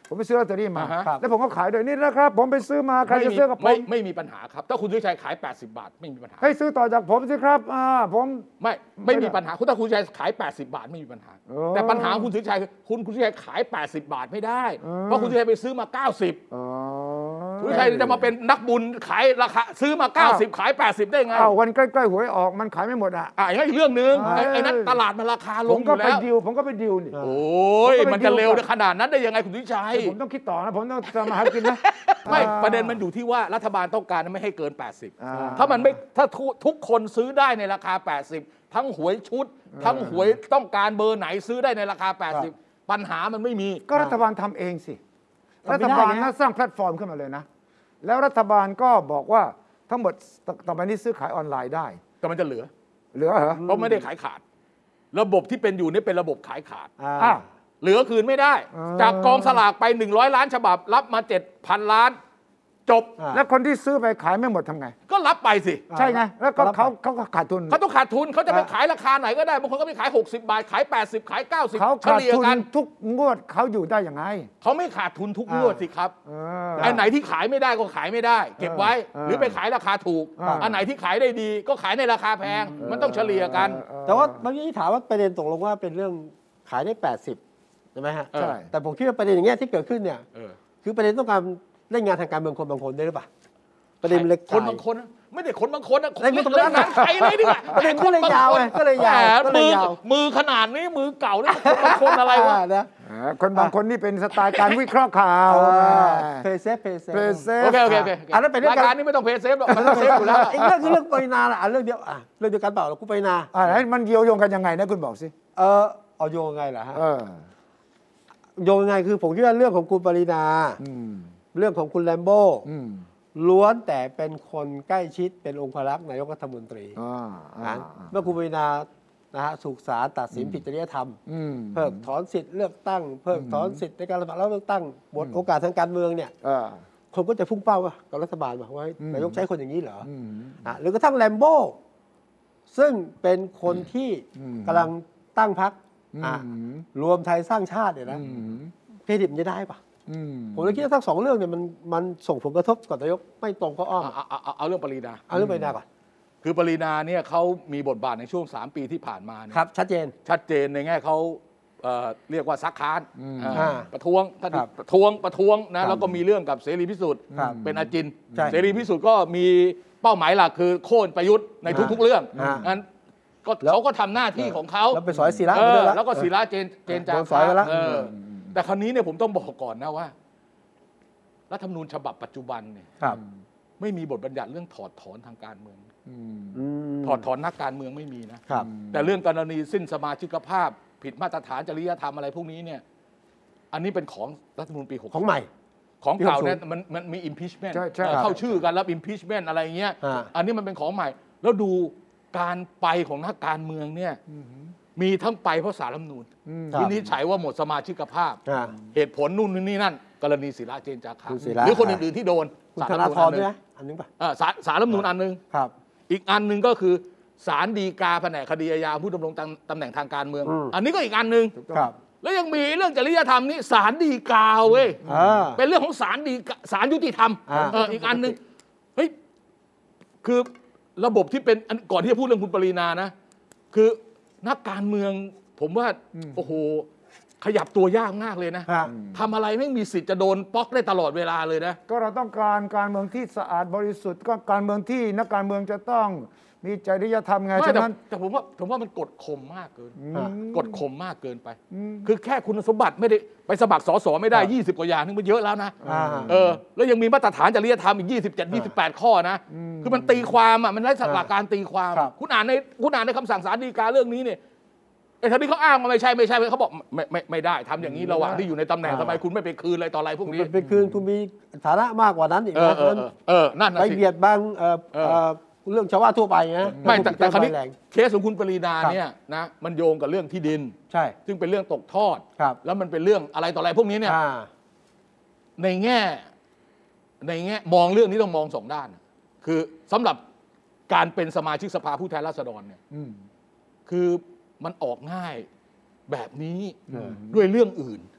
ผมไปซื้อลอตเตอรี่มาอ่าฮะแล้วผมก็ขายด้วยนี่นะครับผมไปซื้อมาใครจะซื้อกับผไม่มไม่มีปัญหาครับถ้าคุณสุทธิชัยขายแปดสิบบาทไม่มีปัญหาให้ซื้อต่อจากผมสิครับอ่าผมไม่ไม่มีปัญหาคุณถ้าคุณสุทธิชัยขายแปดสิบบาทไม่มีปัญหาเออแต่ปัญหาของคุณสุทธิชัยคือคุณคุณสุทธิชัยขายแปดสิบบาทไม่ได้เออเพราะคุณสุทธิชัยไปซื้อมาเก้าสิบอ๋อคุณสุทธิชัยจะมาเป็นนักบุญขายราคาซื้อมาเก้าสิบขายแปดสิบได้ไงอ้าววันใกล้ๆหวยออกมันขายไม่หมดอ่ะอ่ะอย่างนั้นอีกเรื่องหนึ่งเออไอ้ไอ้นั้นตลาดมันราคาลผงมอก็ยู่ไปแล้วดิวผมก็ไปดิวนี่โอ้ยผมก็ไปมันจะเร็วดิวกับขนาดนั้นได้ยังไงคุณสุทธิชัยผมต้องคิดต่อนะผมต้องทำมาหากินนะไม่อ่าประเด็นมันอยู่ที่ว่ารัฐบาลต้องการไม่ให้เกิน แปดสิบอ่าถ้ามันไม่ถ้าทุกทุกคนซื้อได้ในราคา แปดสิบ ทั้งหวยชุด ทั้งหวยต้องการเบอร์ไหนซื้อได้ในราคา แปดสิบ ปัญหามันไม่มีก็รัฐบาลทำเองสิทำไม่รัได้ฐบาลไงนะสร้างแพลตฟอร์มขึ้นมาเลยนะ แล้วรัฐบาลก็บอกว่าทั้งหมดตต่อไปนี้ซื้อขายออนไลน์ได้แต่มันจะเหลือเหลือเหรอเพราะไม่ได้ขายขาด ระบบที่เป็นอยู่นี่เป็นระบบขายขาดอ่าอ้าวเหลือคืนไม่ได้อ่าจากกองสลากไปหนึ่งร้อยล้านฉบับ รับมา เจ็ดพัน ล้าน จบอ่าแล้วคนที่ซื้อไปขายไม่หมดทำไงก็รับไปสิใช่ไง แล้วก็รับไปเขาเขาก็ขาดทุนเขาต้องขาดทุนเขาจะไปอ่าขายราคาไหนก็ได้ บางคนก็ไปขาย หกสิบบาท ขาย แปดสิบ ขาย เก้าสิบเขาเฉขาดลี่ยทุนกันทุกงวดเขาอยู่ได้ยังไงเขาไม่ขาดทุนทุกงวดสิครับเออไอ้ไหนที่ขายไม่ได้ก็ขายไม่ได้ เก็บไว้เออหรือไปขายราคาถูกอ่าอันไหนที่ขายได้ดีก็ขายในราคาแพง มันต้องเฉลี่ยกันเออแต่ว่าเมื่อกี้ถามว่าประเด็นตกลงว่าเป็นเรื่องขายได้ แปดสิบใช่ไหมฮะเออใช่แต่ผมคิดว่าประเด็นอย่างเงี้ยที่เกิดขึ้นเนี่ยเออคือประเด็นต้องการเล่นงานทางการเมืองคนบางคนได้หรือเปล่าประเด็นมันเล็กคนบางคนไม่ได้คนบางคนนะคนเล่นไม่ตรงนั้นเล่นหนังไทยเลยดีกว่าประเด็นก็เลยยาวไงก็เลยยาวแหมก็เลยมือยาวมือขนาดนี้มือเก่านี่คนบางคนอะไรวะนะเออคนบางคนนี่เป็นสไตล์การวิเคราะห์ข่าวเพย์เซฟเพย์เซฟเพย์เซฟโอเคโอเคโอเคอันนั้นเป็นเรื่องรายการนี้ไม่ต้องเพย์เซฟหรอกมันต้องเซฟอยู่แล้วอีกเรื่องคือเรื่องปรินาล่ะอ่ะเรื่องเดียวอ่ะเรื่องเดียวกันเปล่าเรากูปรินาอ่าแล้วมันเยียวยงกันยังไงนะคุณบอกสิเออเอาโยงไงล่ะฮะเออโยงไงคือผมคิดว่าเรื่องของคุณปรินาอืมเรื่องของคุณแลมโบอืมล้วนแต่เป็นคนใกล้ชิดเป็นองครักษ์นายกรัฐมนตรีอ่าอ่านะเมื่อคุณปรินานะฮะถูกศาลตัดสินผิดจริยธรรมอืมเพิกถอนสิทธิ์เลือกตั้ง เพิกถอนสิทธิ์ในการรับเลือกตั้งหมดโอกาสทางการเมืองเนี่ยเออคนก็จะพุ่งเป้าว่ากับรัฐบาลบอกว่าอืมนายกใช้คนอย่างนี้เหรออืมอ่ะหรือกระทั่งแลมโบซึ่งเป็นคนที่อืมกำลังตั้งพรรคอือ่ะมรวมไทยสร้างชาติเนี่ยนะอืมเครดิตมันจะได้ปะอืมผมเลยคิดว่าทั้งสองเรื่องเนี่ยมันมันส่งผลกระทบกับนายกไม่ตรงก็อ้อมเอาเอาเอาเอาเรื่องปรีนาเอาเรื่องไปหน้าก่อนคือปรีนาเนี่ยเขามีบทบาทในช่วงสามปีที่ผ่านมาเนี่ยครับ ชัดเจนชัดเจนในแง่เขาเอ่อเรียกว่าซักค้านอืมอ่าอ่าประท้วงท่านครับประท้วงประท้วงครันะบแล้วก็มีเรื่องกับเสรีพิสุทธิ์ครับเป็นอาจินใช่เสรีพิสุทธิ์ก็มีเป้าหมายหลักคือโค่นประยุทธ์ในทุก ๆ เรื่องอ่านั้นก็แล้วเขาก็ทำหน้าที่ของเขาแล้วไปสอยศิระเอมาด้อวยแล้วก็ศิระเจนเจนจาโดนสอยไปแล้วเออแต่คราวนี้เนี่ยผมต้องบอกก่อนนะว่ารัฐธรรมนูญฉบับปัจจุบันเนี่ยครับไม่มีบทบัญญัติเรื่องถอดถอนทางการเมืองอืมอืมถอดถอนนักการเมืองไม่มีนะครับแต่เรื่องกรณีสิ้นสมาชิกภาพ ผิดมาตรฐานจริยธรรมอะไรพวกนี้เนี่ย อันนี้เป็นของรัฐธรรมนูญปีหกของใหม่ของเก่าเนี่ยมันมันมี impeachment ใช่ใช่เอ่อเข้าชื่อกันแล้ว impeachment อะไรเงี้ยอ่าอันนี้มันเป็นของใหม่ แล้วดูการไปของนักการเมืองเนี่ยมีทั้งไปเพราะสารรัฐธรรมนูญครับวินิจฉัยว่าหมดสมาชิกภาพอ่าเหตุผลนู่นนี่นั่น กรณีศิระเจนจาคะคุณศิระหรือคนอื่นๆที่โดนคุณศาลธรัฐนาธรรมธนูญรอันหด้นึ่วยงนะอันนึงป่ะเอ่อศาลศาลรัฐธรรมนูญอันหนึ่งครับอีกอันหนึ่งก็คือศาลฎีกาแผนกคดีอาญาผู้ดำรงตำแหน่งทางการเมืองอืมอันนี้ก็อีกอันหนึ่งครับแล้วยังมีเรื่องจริยธรรมนี่ศาลฎีกาเว้ยอ่าเป็นเรื่องของศาลฎีกาศาลยุติธรรมอ่าเอออีกอันหนึ่งเฮ้ยคือระบบที่เป็นอันก่อนที่จะพูดเรื่องคุณปรีนานะ คือนักการเมือง ผมว่าโอ้โหขยับตัวยากมากเลยนะฮะทำอะไรไม่มีสิทธิ์จะโดนป๊อกได้ตลอดเวลาเลยนะก็เราต้องการการเมืองที่สะอาดบริสุทธิ์ก็การเมืองที่นักการเมืองจะต้องมีจริยธรรมไงไม่ฉะแต่นั้นแต่ผมว่าผมว่ามันกดข่มมากเกินอืมกดข่มมากเกินไป คือแค่คุณสมบัติไม่ได้ไปสมัครสสไม่ได้ ยี่สิบ กว่าอย่างนึงมันเยอะแล้วนะอ่าเออ แล้วยังมีมาตรฐานจริยธรรมอีก ยี่สิบเจ็ด ยี่สิบแปด ข้อนะ คือมันตีความอ่ะ มันไร้หลักการตีความครับคุณอ่านในคุณอ่านในคำสั่งศาลฎีกาเรื่องนี้เนี่ยไอ้ท่านที่เขาอ้างมาไม่ใช่ไม่ใช่เขาบอกไม่ไม่ไม่ได้ทำอย่างนี้ระหว่างที่อยู่ในตำแหน่งทำไมคุณไม่ไปคืนอะไรต่ออะไรพวกนี้ไปคืนคุณมีฐานะมากกว่านั้นอีกเออนะเออเออเออนั่นไปนะสิเบียดบังเอ่อเออเอ่อเรื่องชาวบ้านทั่วไปนะไม่แต่แต่คราวนี้แรงเคสของคุณปรีนาเนี่ยนะมันโยงกับเรื่องที่ดินใช่ซึ่งเป็นเรื่องตกทอดครับแล้วมันเป็นเรื่องอะไรต่ออะไรพวกนี้เนี่ยอ่าในแง่ในแง่มองเรื่องนี้ต้องมองสองด้าน คือสำหรับการเป็นสมาชิกสภาผู้แทนราษฎรเนี่ยอืมคือมันออกง่ายแบบนี้เออด้วยเรื่องอื่น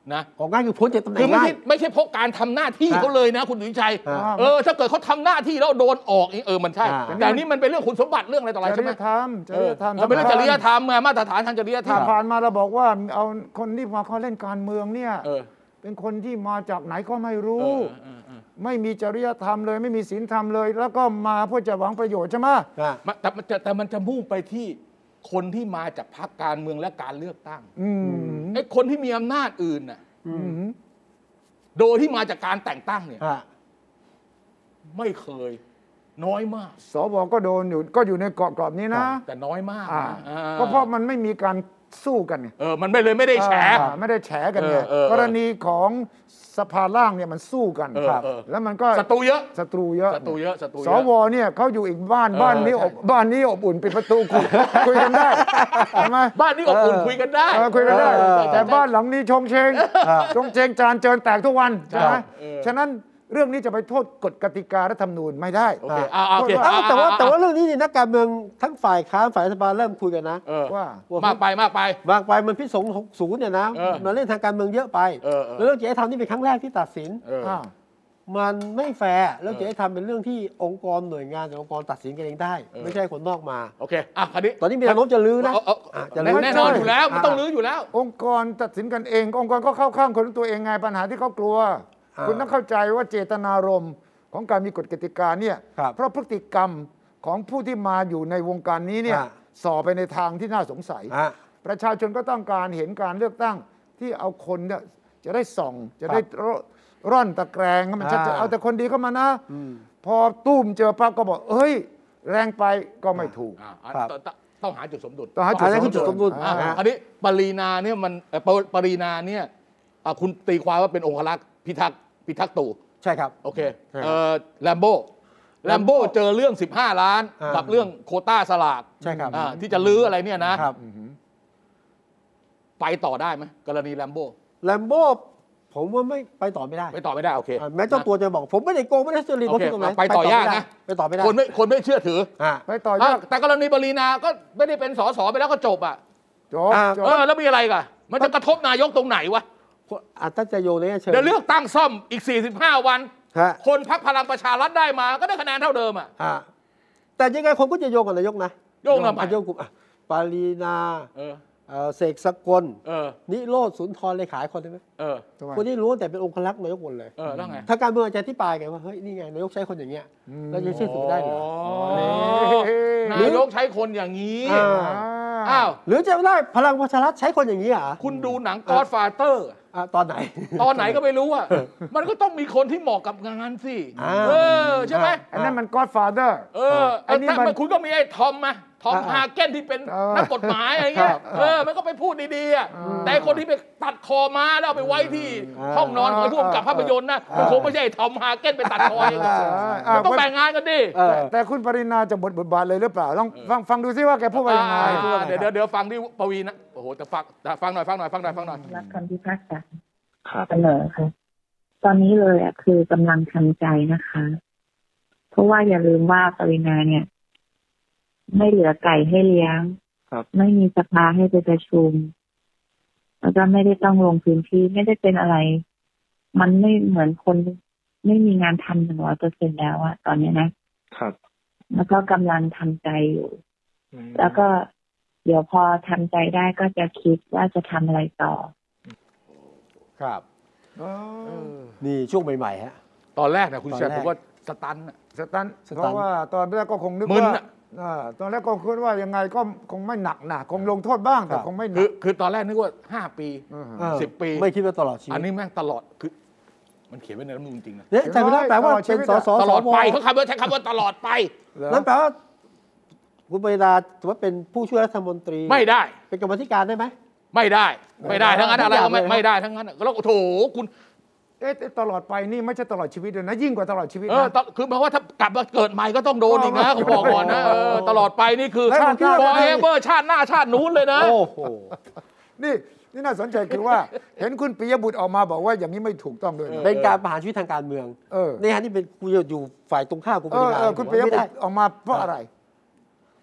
นะออกง่ายคือพ้นจากตำแหน่งคือไม่ง่าใช่ยไม่ใช่เพราะการทำหน้าที่เขาเลยนะคุณสุทธิชัยอ่าเออถ้าเกิดเขาทำหน้าที่แล้วโดนออกเออมันใช่อ่าแต่อันนี่มันเป็นเรื่องคุณสมบัติเรื่องอะไรต่ออะไรจใช่ริไหมยธรรมจเอริอยธรรมมันเป็นเรื่องจริยธรรมไงมาตรฐานทางจริยธรรที่มผ่านมาเราบอกว่าเอาคนที่มาเขาเล่นการเมืองเนี่ยเออเป็นคนที่มาจากไหนก็ไม่รู้เออเออเออไม่มีจริยธรรมเลยไม่มีศีลธรรมเลย แล้วก็มาเพื่อจะหวังประโยชน์ใช่ไหมอ่ามันแต่มันจะแต่มันจะมุ่งไปที่คนที่มาจากพรรคการเมืองและการเลือกตั้งอืมไอ้คนที่มีอำนาจอื่นน่ะอืมโดยที่มาจากการแต่งตั้งเนี่ยอ่าไม่เคยน้อยมากสวก็โดนอยู่ก็อยู่ในกรอบกรอบนี้นะแต่น้อยมากอ่านะอ่าก็เพราะมันไม่มีการสู้กันไงเออมันไม่เลยไม่ได้แฉอ่าไม่ได้แฉกันไงเออเออเออกรณีของสภาล่างเนี่ยมันสู้กันเออครับเออแล้วมันก็ศัตรูเยอะศัตรูเยอะศัตรูเยอะศัตรูเยสอะวเนี่ยเขาอยู่อีกบ้านเออบ้านนี้อบใช่บ้านนี้อบอุ่นปิดประตูคุย คุยกันได้ใช่ไหมบ้านนี้อบอุ่นคุยกันได้เออคุยกันได้เออแต่บ้านหลังนี้ชงเชงชงเชงจานเจิญแตกทุกวันใช่ไหมเออฉะนั้นเรื่องนี้จะไปโทษกฎกติการรัฐธรรมนูญไม่ได้โอเคอ่าโอเคอ้าวแต่ว่าอ่แต่ว่าเรื่องนี้นี่นักการเมืองทั้งฝ่ายค้านฝ่ายรัฐบาลเริ่มคุยกันนะเออว่ามากไปมากไปบางไปมันพิสงหกศูนย์เนี่ยนะเออมันเล่นทางการเมืองเยอะไปเออเออแล้วเรื่องจริยธรรมนี่เป็นครั้งแรกที่ตัดสินเอออ้าวมันไม่แฟร์เรื่องจริยธรรมเป็นเรื่องที่องค์กรหน่วยงานแต่องค์กรตัดสินกันเองได้เออไม่ใช่คนนอกมาโอเคอ่ะคราวนี้ตอนนี้มีแนวโน้มจะลื้อนะเอาเอาอ่ะจะแน่ลื้อแน่นอนอยู่แล้วมันอ่าต้องลื้ออยู่แล้วองค์กรตัดสินกันเอง องค์กรก็เข้าข้างคนของตัวเองไงปัญหาที่เขากลัวอ่าคุณต้องเข้าใจว่าเจตนารมณ์ของการมีกฎกติกาเนี่ยครับเพราะพฤติกรรมของผู้ที่มาอยู่ในวงการนี้เนี่ยอ่าส่อไปในทางที่น่าสงสัยอ่ะประชาชนก็ต้องการเห็นการเลือกตั้งที่เอาคนเนี่ยจะได้ส่อง จะได้ร่อนตะแกรงให้มันชัดอ่าๆเอาแต่คนดีเข้ามานะอืมพอตุ้มเจอปั๊บก็บอกเอ้ย แรงไปก็ไม่ถูกอ่าครับต้องต้องต้องหาจุดสมดุลต้องหาอันนั้นคือจุดสมดุลอ่าอ่าอันนี้ปรีนาเนี่ยมันเอ่อปปรีนาเนี่ยอ่ะคุณตีความว่าเป็นองครักษ์พิทักษ์พิทักษ์ตู่ใช่ครับโอเคใช่ครับเอ่อแลมโบ้แลมโบ้เจอเรื่องสิบห้าล้านอ่ากักับเรื่องโควต้าสลากใช่ครับอ่าที่จะลื้ออะไรเนี่ยนะครับ ไปต่อได้ไหมกรณีแลมโบ้แลมโบ้ผมว่าไม่ไปต่อไม่ได้ไปต่อไม่ได้โอเคอ่ะแม้เจ้าตัวจะบอก ผมไม่ได้โกงไม่ได้ทุจริตโอผมเคผิดตรงไหนไปต่อยากนะไปต่อไม่ได้คนไม่คนไม่เชื่อถืออ่ะไปต่อยากแต่กรณีปรีนาก็ไม่ได้เป็นสสไปแล้วก็จบอ่ะจบอ่าจบเออแล้วมีอะไรกันมันจะกระทบนายกตรงไหนวะอาจจะจะโยงในแง่เชิงเดี๋ยวเลือกตั้งซ่อมอีกสี่สิบห้าวันฮะคนพรรคพลังประชารัฐได้มาก็ได้คะแนนเท่าเดิมอ่ะอ่ะแต่ยังไงคนก็จะโยงกับนายกนะโยงทำไมอ่ะโยงกลุ่มอ่ะปารีนาเออเอ่อเสกสกลเออนิโรธสุนทรเลขาคนได้ไหมเออคนที่รู้แต่เป็นองครักษ์นายกหมดเลยเออแล้วไงถ้าการเมืองจะอธิบายไงว่าเฮ้ยนี่ไงนายกใช้คนอย่างเงี้ยเราจะเชื่อถือได้เหรอนายกใช้คนอย่างนี้อ่าอ้าวหรือจะได้พลังประชารัฐใช้คนอย่างนี้เหรอคุณดูหนัง Godfather อ่ะตอนไหนตอนไหนก็ไม่รู้อ่ะมันก็ต้องมีคนที่เหมาะกับงานสิอ่าเออใช่ไหมอันนั้นมัน Godfather เอออันนี้ถ้ามันมันคุณก็มีไอ้ทอมมาทอมอ่าฮาเก้นที่เป็นเออนักกฎหมายอะไรเงี้คยรับเออมันก็ไปพูดดีๆอ่ะแต่ไอ้คนที่ไปตัดคอม้าแล้วเอาไปไว้ที่อ่าห้องนอนของผู้กำกับภาพยนตร์นะมันคงไม่ใช่ไอ้ทอมฮาเก้นไปตัดคอเองอะอ่ามันต้องแบ่งงานกันดิเออแต่แต่คุณปรินาจะหมดบทบาทเลยหรือเปล่าลองฟังฟังดูซิว่าแกพูดว่ายังไงอ่าเดี๋ยวเดี๋ยวเดี๋ยวฟังที่ปวีนะโอ้โหแต่ฟังแต่ฟังหน่อยฟังหน่อยฟังหน่อยฟังหน่อยรับคำพิพากษาเสนอค่ะ ตอนนี้เลยอ่ะคือกำลังทำใจนะคะ เพราะว่าอย่าลืมว่าปรินาเนี่ย ไม่เหลือไก่ให้เลี้ยงครับไม่มีสภาให้ไปประชุม แล้วก็ไม่ได้ต้องลงพื้นที่ไม่ได้เป็นอะไร มันไม่เหมือนคนไม่มีงานทำหนึ่งร้อยเปอร์เซ็นแล้วอะตอนนี้นะครับ แล้วก็กำลังทำใจอยู่ แล้วก็เดี๋ยวพอทำใจได้ก็จะคิดว่าจะทำอะไรต่อครับนี่ช่วงใหม่ๆฮะตอนแรกนะคุณตอนแชร์แรกผมว่าสตันน่ะสตันสตันเพราะว่าตอนแรกก็คงนึกมึนว่าน่ะอ่าตอนแรกก็คิดว่ายังไงก็คงไม่หนักนะคงลงโทษบ้างแต่คงไม่หนัคือก คือตอนแรกนึกว่าห้าปีเออสิบปีไม่คิดว่าตลอดชีวิอัตนนี้แม่งตลอดคือมันเขียนไว้ในรัฐธรรมนูญจริงนะเนี่ยแต่ไม่ได้แปลว่าเป็นสสตลอดไปสวเขาคำว่าใช้คำว่าตลอดไปเหรอนั่นแปลว่าคุณปรินาถือว่าเป็นผู้ช่วยรัฐมนตรีไม่ได้เป็นกรรมธิการได้ไหมไม่ได้ ไม่ได้ทั้งนั้นอะไรก็ไม่ไม่ได้ไม่ได้ทั้งนั้นแล้วโอ้โถคุณเอ๊ะตลอดไปนี่ไม่ใช่ตลอดชีวิตเลยนะ ยิ่งกว่าตลอดชีวิตเออนะตคือเพราะว่าถ้ากลับมาเกิดใหม่ก็ต้องโดนอีกนะผมบอกก่อนนะเออตลอดไปนี่คือแล้วชาติผมคิดว่า forever ชาติหน้าชาตินู้นเลยนะโอ้โหนี่นี่น่าสนใจคือว่า เห็นคุณปิยบุตรออกมาบอกว่าอย่างนี้ไม่ถูกต้องด้วยนะเป็นการประหารชีวิตทางการเมืองเออนี่ฮะนี่เป็นกูอยู่ฝ่ายตรงข้ามกูปเอริอนาเออคุณปิยไม่บุตได้รออกมาเพราะอะไร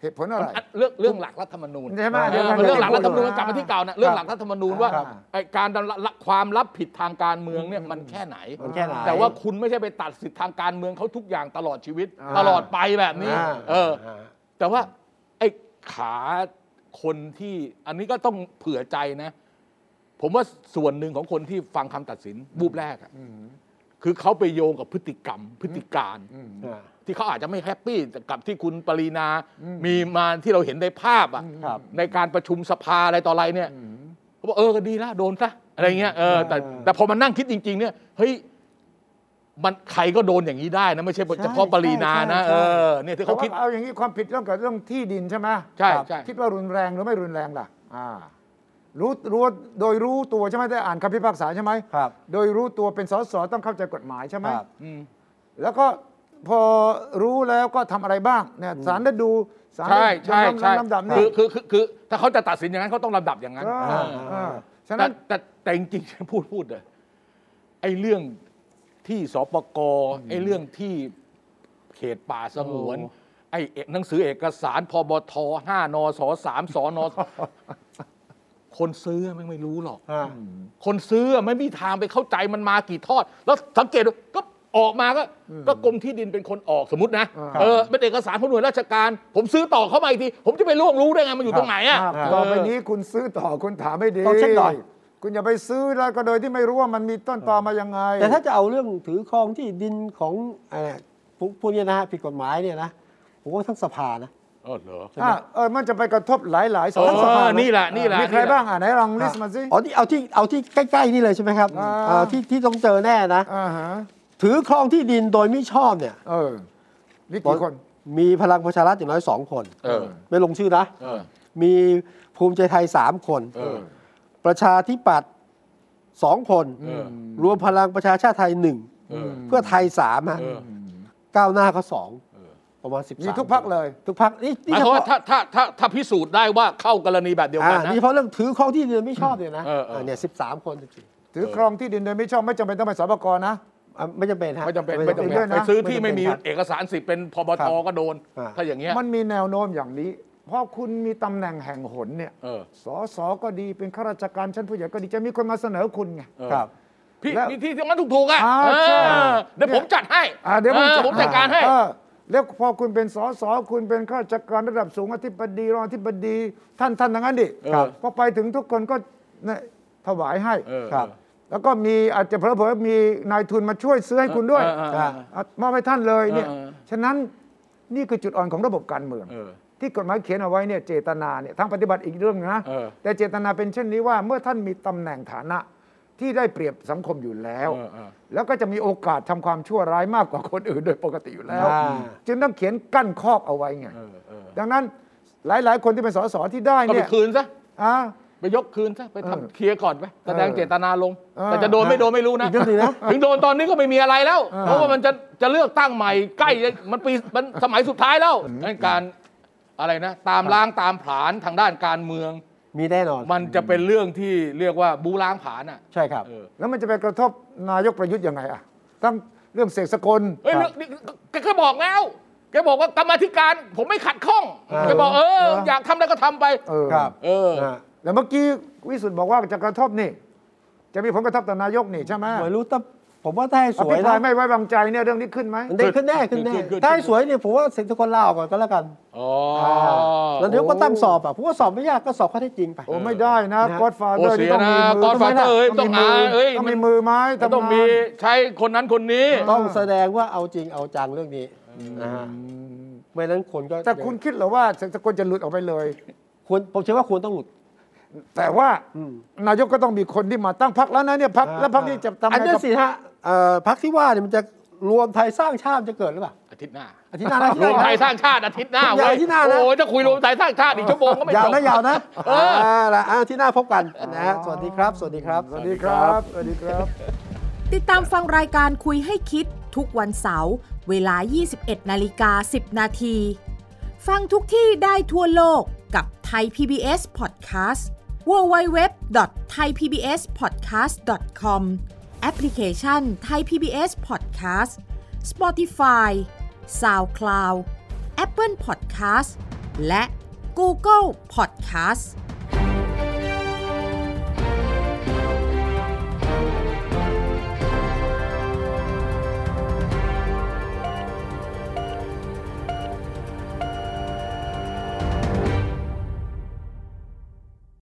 เหตุผลอะไรเรื่องเรื่องหลักรัฐธรรมนูญใช่ไหมเรื่องหลักรัฐธรรมนูญกลับมาที่เก่านะเรื่องหลักรัฐธรรมนูญว่าไอ้การความรับผิดทางการเมืองเนี่ยมันแค่ไหนแต่ว่าคุณไม่ใช่ไปตัดสิทธิทางการเมืองเขาทุกอย่างตลอดชีวิตตลอดไปแบบนี้เออแต่ว่าไอ้ขาคนที่อันนี้ก็ต้องเผื่อใจนะผมว่าส่วนหนึ่งของคนที่ฟังคำตัดสินบูบแรกอะคือเขาไปโยงกับพฤติกรรมพฤติการที่เขาอาจจะไม่แฮปปี้กับที่คุณปรีนามีมาที่เราเห็นในภาพอ่ะในการประชุมสภาอะไรต่ออะไรเนี่ยเขาบอกเออก็ดีละโดนซะอะไรเงี้ยเออแต่แต่พอมานั่งคิดจริงๆเนี่ยเฮ้ยมันใครก็โดนอย่างนี้ได้นะไม่ใช่เฉพาะปรีนานะเออเนี่ยที่เขาคิดเอาอย่างนี้ความผิดเรื่องกับเรื่องที่ดินใช่ไหมใช่ใช่คิดว่ารุนแรงหรือไม่รุนแรงล่ะอ่ารู้รู้โดยรู้ตัวใช่ไหมได้อ่านคำพิพากษาใช่ไหมครับโดยรู้ตัวเป็นสสต้องเข้าใจกฎหมายใช่ไหมครับแล้วก็พอรู้แล้วก็ทำอะไรบ้างเนี่ยศาลได้ดูศาลได้ใช่ใช่ลำดับนี่คือคือคือคือถ้าเขาจะตัดสินอย่างนั้นเขาต้องลำดับอย่างนั้นฉะนั้นแต่แต่จริงๆพูดพูดเลยไอ้เรื่องที่สปก.ไอ้เรื่องที่เขตป่าสงวนไอ้หนังสือเอกสารพบทห้านสสามสนคนซื้อไม่ไม่รู้หรอกคนซื้อไม่มีทางไปเข้าใจมันมากี่ทอดแล้วสังเกตก็ออกมาก็ก็กรมที่ดินเป็นคนออกสมมตินะเออเป็นเอกสารของหน่วยราชการผมซื้อต่อเข้ามาอีกทีผมจะไปล่วงรู้ได้ไงมันอยู่ตรงไหนอ่ะต่อไปนี้คุณซื้อต่อคุณถามให้ดีต้องเช็คหน่อยคุณอย่าไปซื้อแล้วก็โดยที่ไม่รู้ว่ามันมีต้นตอมายังไงแต่ถ้าจะเอาเรื่องถือครองที่ดินของพวกนี้นะฮะผิดกฎหมายเนี่ยนะผมว่าทั้งสภานะเออเหรอเออมันจะไปกระทบหลายๆสองสภานี่แหละนี่แหละมีใครบ้างอ่ะไหนลองลิสต์มาสิอ๋อที่เอาที่เอาที่ใกล้ๆนี่เลยใช่ไหมครับที่ที่ต้องเจอแน่นะถือครองที่ดินโดยไม่ชอบเนี่ยเออมีกี่คนมีพลังประชารัฐอย่างน้อยสองคนไม่ลงชื่อนะมีภูมิใจไทยสามคนประชาธิปัตย์สองคนรวมพลังประชาชาติไทยหนึ่งเพื่อไทยสามฮะก้าวหน้าก็สองประมาณสิบสามมีทุกพรรคเลยทุกพรรคนี่หมายความว่าถ้าถ้าถ้าถ้าพิสูจน์ได้ว่าเข้ากรณีแบบเดียวกันนะนี่เพราะเรื่องถือครองที่ดินไม่ชอบเนี่ยนะเนี่ยสิบสามคนถือครองที่ดินโดยไม่ชอบไม่จำเป็นต้องเป็นสปก.นะไม่จำเป็นฮะไม่จำเป็นไม่จำเป็นไปซื้อที่ไม่มีเอกสารสิทธิ์เป็นพบทก็โดนถ้าอย่างเงี้ยมันมีแนวโน้มอย่างนี้เพราะคุณมีตำแหน่งแห่งหนเนี่ยสสก็ดีเป็นข้าราชการชั้นผู้ใหญ่ก็ดีจะมีคนมาเสนอคุณไงครับพี่มีที่ที่มันถูกๆอ่ะเดี๋ยวผมจัดให้เดี๋ยวผมจัดการให้แล้วพอคุณเป็นสสคุณเป็นข้าราชการระดับสูงอธิบดีรองอธิบดีท่านท่านอย่างนั้นดิพอไปถึงทุกคนก็ถวายให้ครับแล้วก็มีอาจจะเผลอๆมีนายทุนมาช่วยซื้อให้คุณด้วยมอบให้ท่านเลยเนี่ยฉะนั้นนี่คือจุดอ่อนของระบบการเมืองที่กฎหมายเขียนเอาไว้เนี่ยเจตนาเนี่ยทางปฏิบัติอีกเรื่องนะแต่เจตนาเป็นเช่นนี้ว่าเมื่อท่านมีตำแหน่งฐานะที่ได้เปรียบสังคมอยู่แล้วแล้วก็จะมีโอกาสทำความชั่วร้ายมากกว่าคนอื่นโดยปกติอยู่แล้วจึงต้องเขียนกั้นคอกเอาไว้ไงดังนั้นหลายๆคนที่เป็นสสที่ได้เนี่ยไปคืนซะไปยกคืนซะไปทำเคลียร์ก่อนไปแสดงเจตนาลงแต่จะโดนไม่โดนไม่รู้นะถึงโดนตอนนี้ก็ไม่มีอะไรแล้วเพราะว่ามันจะจะเลือกตั้งใหม่ใกล้มันปีมันสมัยสุดท้ายแล้วนั่นการอะไรนะตามล้างตามผลาญทางด้านการเมืองมีแน่นอนมันจะเป็นเรื่องที่เรียกว่าบูล้างผลาญอ่ะใช่ครับแล้วมันจะไปกระทบนายกประยุทธ์ยังไงอ่ะตั้งเรื่องเสกสกลเฮ้ยแกก็บอกแล้วแกบอกว่ากรรมาธิการผมไม่ขัดข้องแกบอกเอออยากทำอะไรก็ทำไปครับเออแล้วเมื่อกี้วิสุทธ์บอกว่าจะกระทบนี่จะมีผลกระทบต่อนายกนี่ใช่ไหมไม่รู้แต่ผมว่าถ้าให้สวยนะไม่ไว้วางใจเนี่ยเรื่องนี้ขึ้นไหมได้ขึ้นแน่ขึ้นแน่ถ้าให้สวยเนี่ยผมว่าเสกสกลลาออกก่อนก็แล้วกันอ๋อแล้วเดี๋ยวก็ตั้งสอบอ่ะผมว่าสอบไม่ยากก็สอบข้อเท็จจริงไปโอ้ไม่ได้นะก็อดฟาเดอร์ต้องมีมือก็อดฟาเดอร์ต้องหาเอ้ยต้องมีมือไม้ต้องมีใช้คนนั้นคนนี้ต้องแสดงว่าเอาจริงเอาจังเรื่องนี้นะฮะไม่นั้นคนก็แต่คุณคิดเหรอว่าเสกสกลจะหลุดออกไปเลยควรผมเชื่อว่าควรต้องหลุดแต่ว่านายกก็ต้องมีคนที่มาตั้งพรรคแล้วนะเนี่ยพรรคแล้วพรรคนี้จะทำอะไรอันนี้สิฮะพรรคที่ว่าเนี่ยมันจะรวมไทยสร้างชาติจะเกิดหรือเปล่าอาทิตย์หน้าอาทิตย์หน้ารวมไทยสร้างชาติอาทิตย์หน้าเว้ยอาทิตย์หน้านะโอ้ยจะคุยรวมไทยสร้างชาติอีกชั่วโมงก็ไม่จบยาวนะยาวนะเออละอาทิตย์หน้าพบกันนะฮะสวัสดีครับสวัสดีครับสวัสดีครับสวัสดีครับติดตามฟังรายการคุยให้คิดทุกวันเสาร์เวลา ยี่สิบเอ็ดนาฬิกาสิบนาทีฟังทุกที่ได้ทั่วโลกกับ Thai พี บี เอส Podcastดับเบิลยู ดับเบิลยู ดับเบิลยู ดอท ไทย พี บี เอส พอดแคสต์ ดอท คอม แอปพลิเคชัน Thai พี บี เอส Podcast Spotify SoundCloud Apple Podcast และ Google Podcast